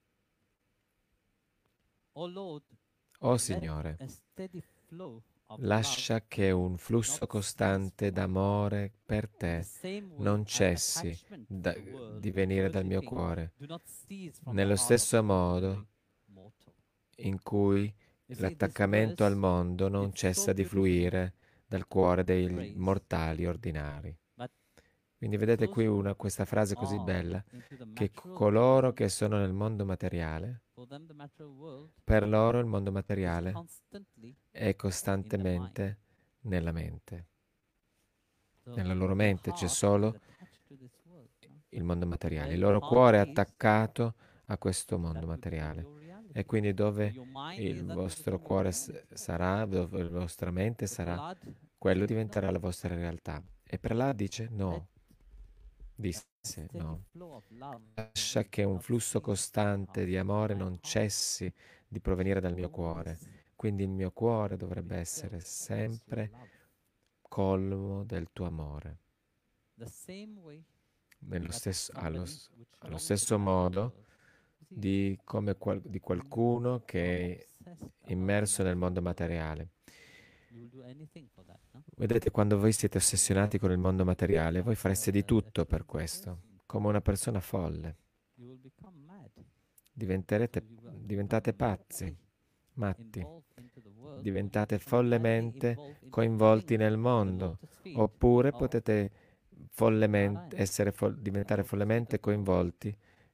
o Signore, lascia che un flusso costante d'amore per te non cessi di venire dal mio cuore, nello stesso modo in cui l'attaccamento al mondo non cessa di fluire dal cuore dei mortali ordinari. Quindi vedete qui questa frase così bella, che coloro che sono nel mondo materiale, per loro il mondo materiale è costantemente nella mente. Nella loro mente c'è solo il mondo materiale. Il loro cuore è attaccato a questo mondo materiale. E quindi dove il vostro cuore sarà, dove la vostra mente sarà, quello diventerà la vostra realtà. E Prahlad dice no. Disse no. Lascia che un flusso costante di amore non cessi di provenire dal mio cuore. Quindi il mio cuore dovrebbe essere sempre colmo del tuo amore. The same way Nello that stesso, somebody which allo longs to stesso be modo world, you see, di, come di qualcuno che are è obsessed about the immerso nel material mondo world. materiale. You will do anything for that, no? Vedete, quando voi siete ossessionati con il mondo materiale, voi Becomes fareste di a tutto per crazy questo, person. come una persona folle. You will become mad. Diventate pazzi, Fully matti, involved into the world. diventate Become madly follemente involved into coinvolti eating nel the mondo, lotus feet oppure of potete follemente, Narayana, diventare lotus feet follemente of the Lord. coinvolti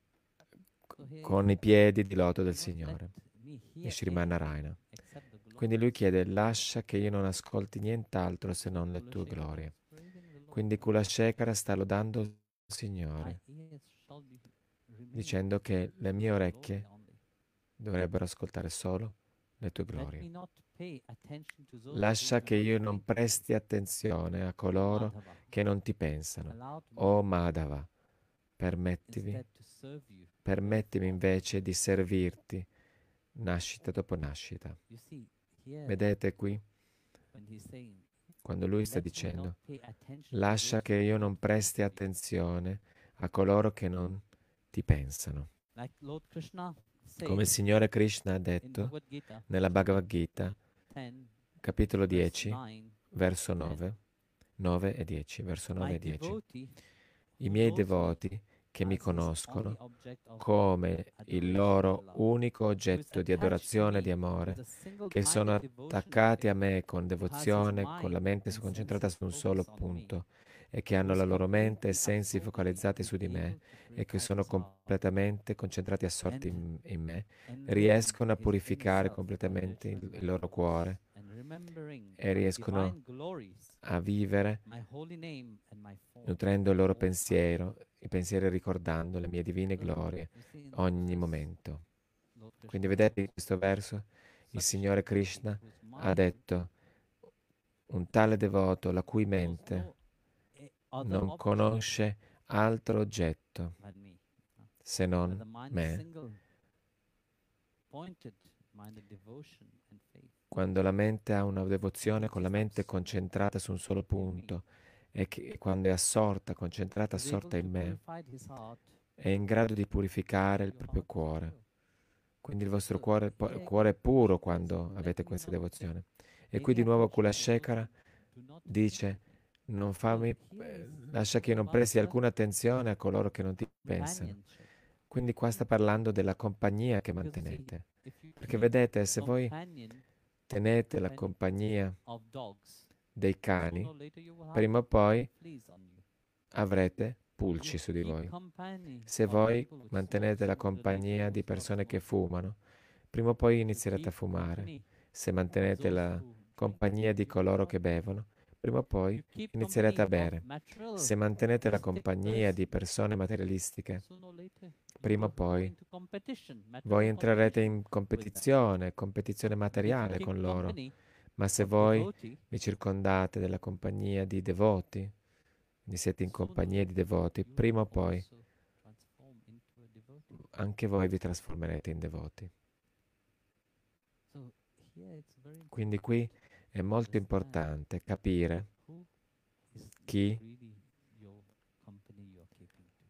So he con i piedi di loto do del not let Signore, me di hear Srimad anything Narayana. except the Quindi glory lui of chiede, lascia che io non ascolti nient'altro se non le tue Kulashekara glorie. is praising the Lord. Quindi Kulashekara sta lodando il My Signore, ears shall be remain dicendo che le mie glory orecchie only. dovrebbero ascoltare solo le tue Let me glorie. not pay attention to those Lascia who che do io not non think of me. presti attenzione a coloro Madhava che non ti pensano. allowed me O Madhava, instead to serve you birth permettimi after invece di servirti nascita dopo nascita. birth. You see, here Vedete qui, when he's saying, quando lui sta let me not dicendo, pay attention to lascia those che who io do non not think presti of me. attenzione a coloro che non ti pensano. Like Lord Krishna Come il says Signore Krishna ha in detto Bhagavad Gita, nella chapter Bhagavad Gita, 10, capitolo verse 10, 9 verso to 10. 9, 9 e 10, verso 9 My e 10. devotee I who miei knows me devoti che mi as his only conoscono object of come il adoration and loro love, unico who is oggetto di attached to adorazione e di me with amore, a che single-minded sono devotion and attaccati a faith, me con who has his devozione, con la mind mente and concentrata senses su un solo focused on me, punto, e che who hanno is la loro mente e completely sensi absorbed in me focalizzati and su di me, able to e che purify sono his heart completamente concentrati e assorti and in me, enlighten riescono a his inner purificare self by completamente virtue il of loro cuore and remembering e my riescono divine glories, a vivere my holy name and my form nutrendo il loro all times. i pensieri ricordando le mie divine So, glorie you see in that ogni verse, momento. Lord Quindi Krishna vedete in says, questo verso il such Signore devotee Krishna whose ha mind detto, un tale devoto la cui knows mente no other non object conosce altro oggetto than me. se Where non the mind is me. single pointed, minded devotion and faith. Quando la mente ha una devozione con la Devotees mente absorbed concentrata su un solo in me. punto e quando è assorta, concentrata, Is able assorta in to me, purify his heart è in grado di purificare il your proprio heart is cuore. pure. Quindi il vostro So cuore, here cuore again è puro Krishna says, quando let avete me questa not devozione. E pay qui di nuovo attention to those Kulashekara who do not think dice, of me. non So fammi, here is lascia che io all non about presti the alcuna attenzione a coloro che non ti pensano. companionship. Quindi qua sta parlando della compagnia che Because you see, mantenete. if you Perché keep vedete, se voi companion tenete la compagnia of dogs, dei sooner cani, or later you will have prima o poi fleas on you. avrete If you pulci su di keep voi. company Se of voi people who smoke, mantenete la sooner or later you compagnia will di start persone che smoking. fumano, prima o poi If you inizierete a keep fumare. company Se of mantenete those la who drink, compagnia di you will coloro start che drinking. bevono, prima o poi You keep inizierete a company of bere. Se mantenete la materialistic compagnia di person, persone materialistiche, sooner or later you prima o will go poi into competition, voi material entrerete competition in with them. competizione But if you materiale keep con loro. company Ma se of voi devotee, vi circondate della compagnia di devoti, quindi siete in sooner or compagnia di later devoti, you prima will o poi also transform into a devotee. anche voi vi trasformerete in devoti. So here it's very Quindi important qui è to molto understand importante capire who is chi, really your company you're keeping to.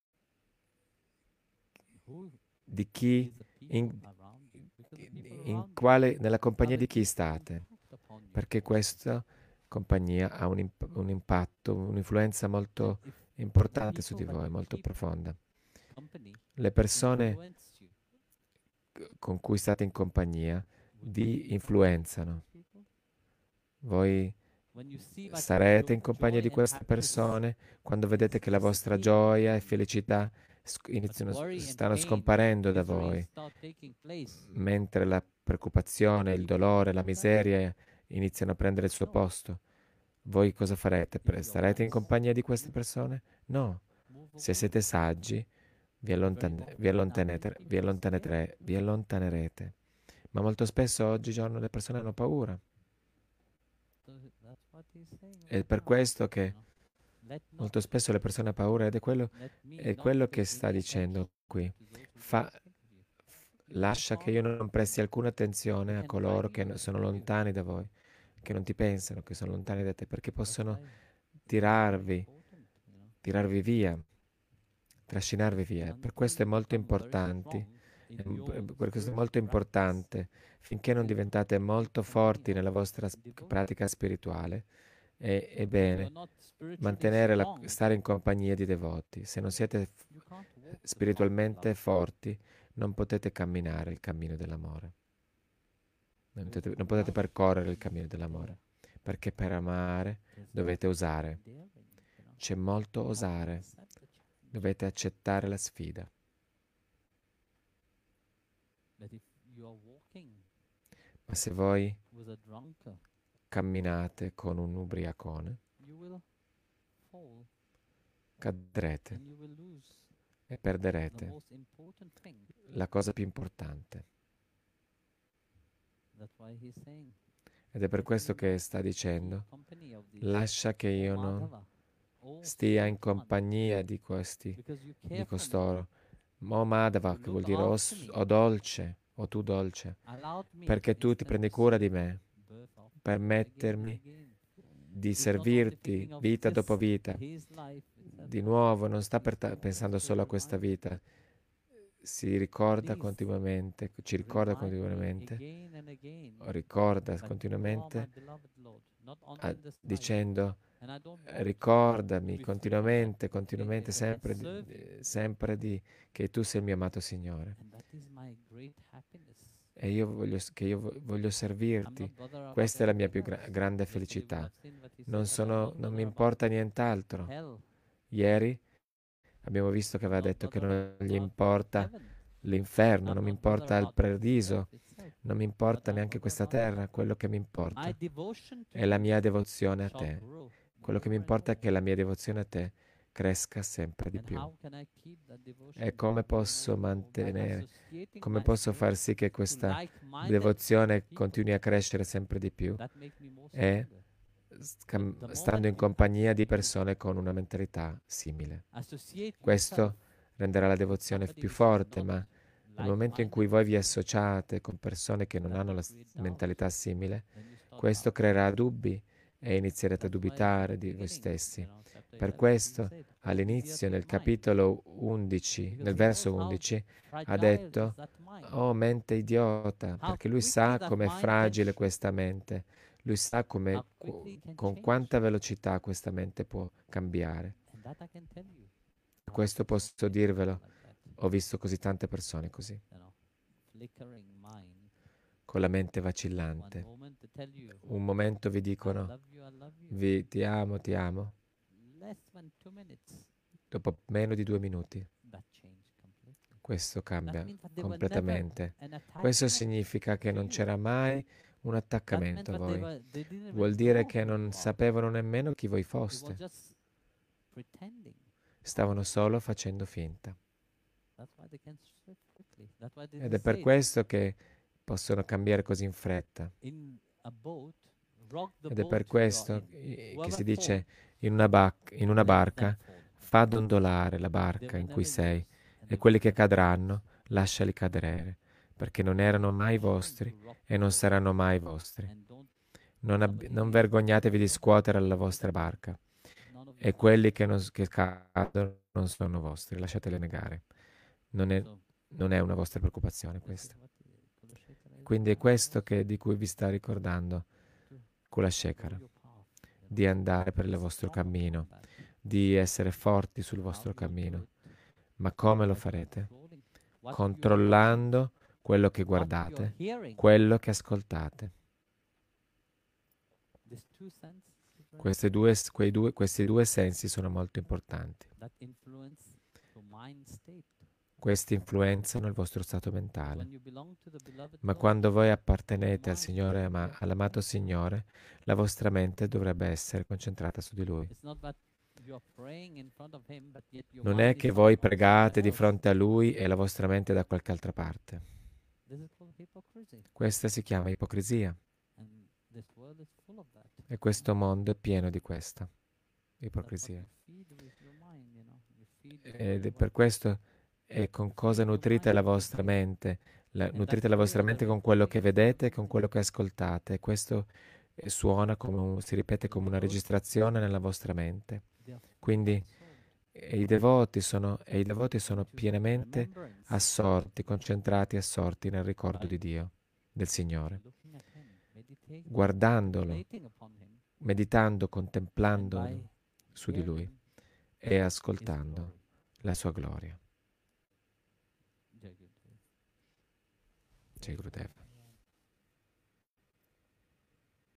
Who di chi, is the people in, around you? Because the people in around you quale, nella compagnia have a di chi deep state, impact upon you. perché questa compagnia ha un impatto, un'influenza And molto if the importante su people di that voi, you molto keep profonda. company Le persone influence you, con cui state in compagnia would you vi be in company of influenzano. those people? Voi When you see that sarete your in compagnia joy di and queste happiness persone quando vedete is che la vostra disappearing gioia e from you, felicità but worry and stanno pain and scomparendo da misery voi, start taking place, mentre la preoccupazione, would il you be moved dolore, la from that? miseria iniziano a prendere il suo No. posto. Voi cosa farete? If you're Starete in wise, compagnia di queste you persone? No. move Se away. siete saggi, But very often nowadays people are scared. vi allontanerete. Ma molto spesso oggigiorno le persone hanno paura. So that's what he's saying È right per now. questo che Let not molto spesso le persone hanno paura ed let me è not quello pay che sta any attention dicendo qui. to those who do Fa, not think of you. You keep lascia che io on, non presti alcuna they attenzione a can drive coloro you che away sono from you. lontani da voi, che non ti pensano, che sono lontani da te, perché That's possono why tirarvi, important, tirarvi via, trascinarvi via. Per questo until è you molto become very importante, strong in your per questo è spiritual molto practice, importante, finché non then diventate keep molto company forti of nella vostra devotees. pratica spirituale, è If you are bene not spiritually mantenere strong, stare in compagnia di devoti. Se non siete you can't walk the path of spiritualmente love. forti, non potete camminare il cammino dell'amore. Because Non to potete love, percorrere il you need cammino to dell'amore, dare. perché per amare There's a lot dovete of osare. daring, C'è molto You have to osare, accept the challenge. dovete accettare la sfida. That if you are walking Ma se voi with a drunkard, camminate con un ubriacone, you will fall cadrete and you will lose e the perderete most important thing. la cosa più importante. That's why he's saying, Ed è per let questo me che not sta keep dicendo, company of these. lascia che O io non Madhava, O stia in sweet one, compagnia di questi, because you di care for me. costoro. Mo Madhava, You che vuol look dire after me. o dolce, o tu dolce, Allowed me perché tu ti instead prendi of cura di seeing me, birth after birth, again and permettermi again. di He's not only servirti thinking of vita dopo just vita. his life, Di nuovo, non sta pensando solo a questa vita, si ricorda Please continuamente, ci ricorda remind me continuamente, again and again o ricorda that you are my continuamente beloved Lord, not only in this life. dicendo And I don't want ricordami to be full of that continuamente, feeling that I serve you. sempre di che tu sei il mio amato Signore. And that is my great happiness. E voglio I'm servirti. not bothered about Questa è la mia anything else. grande Yesterday we felicità. have seen what he said that I'm not Non mi bothered about importa nient'altro. hell. Ieri abbiamo visto che I'm aveva not detto che bothered non gli about importa heaven. l'inferno, I'm non mi not bothered importa il about this paradiso, earth itself. non mi But importa I'm neanche bothered questa about terra. Quello che mi my importa devotion to è la you mia devozione a shall te. grow Quello che mi more and importa è che more. la mia devozione a te cresca sempre di And più. how can I keep that E devotion come growing more posso and more? By mantenere, associating come posso myself far sì che to questa like-minded devozione people continui a crescere sempre di più? that make me more È stronger. The stando moment in you compagnia di persone con una mentalità simile. associate yourself Questo renderà la with devozione somebody più which is forte, not ma nel momento in cui like-minded voi with vi you, associate con persone che non that hanno will la create doubt. mentalità simile, Then you start questo doubting. creerà dubbi e inizierete a That's why in the dubitare di voi beginning, stessi. chapter Per 11, he questo, said, "Oh, easy all'inizio, of your nel mind," capitolo 11, because nel he knows verso how 11, ha fragile is detto, that mind, oh mente idiota, how perché lui quickly sa that com'è mind can fragile questa mente, lui sa how quickly it can con change. quanta velocità questa mente può cambiare. And that I can tell you. Questo I've posso seen dirvelo, people like that, ho visto così tante persone così, flickering mind. con la mente One vacillante. moment they tell you, Un momento vi I dicono, love you. ti amo, ti amo. Less than 2 minutes, Dopo meno di 2 minuti, that changed completely. questo That cambia means that there was never completamente. an Questo attachment significa che to non you. c'era mai un That meant attaccamento a that voi. they didn't Vuol even dire know che who you non are. sapevano nemmeno chi voi It was foste. just pretending. Stavano solo facendo finta. That's why they can slip quickly. That's why Ed they è per say questo che possono cambiare così in fretta. in a boat, rock the Ed è per boat you are questo in. che Whoever si falls, dice in una let them barca, fall. fa dondolare la They barca were in cui never sei yours, and e they quelli will che never be cadranno, yours. lasciali cadere, perché non erano mai Shame vostri to rock e the non boat, saranno mai vostri. and don't Non somebody leave vergognatevi di the boat. scuotere la vostra barca None of e your quelli business. che cadono non sono vostri, lasciateli negare. Non è, So non è una vostra preoccupazione this is questa. what Kulashekara is Quindi è reminding questo us di cui vi sta ricordando to Kula go Shekara, your path, di andare per be il vostro strong cammino, upon that. di essere forti sul How vostro do you do cammino. it? Ma come lo By farete? controlling what you are watching, Controllando quello che what you are guardate, hearing. quello che ascoltate. These two senses Questi due sensi sono molto importanti. that influence your mind state. Questi influenzano il vostro stato When mentale. you belong to the beloved Ma Lord, quando voi your appartenete al mind Signore, should be all'amato Signore, la vostra mente dovrebbe essere concentrata su di Lui. It's not that you are praying in front of him, but yet your Non è mind is che voi somewhere pregate di else. fronte a Lui e la vostra mente è da qualche altra parte. This is called hypocrisy, Questa si chiama ipocrisia and this world is full of that. e questo mondo è pieno di questa That's what ipocrisia. you feed with your mind, You feed your Ed è mind per what questo è con cosa nutrite la vostra mente. Nutrite la vostra mente con quello che vedete e con quello che ascoltate. E questo e suona si ripete come una registrazione nella vostra mente. Quindi i devoti sono pienamente assorti, concentrati, assorti nel ricordo di Dio, del Signore, guardandolo, meditando, contemplando su di Lui e ascoltando la sua gloria. Jai Gurudev.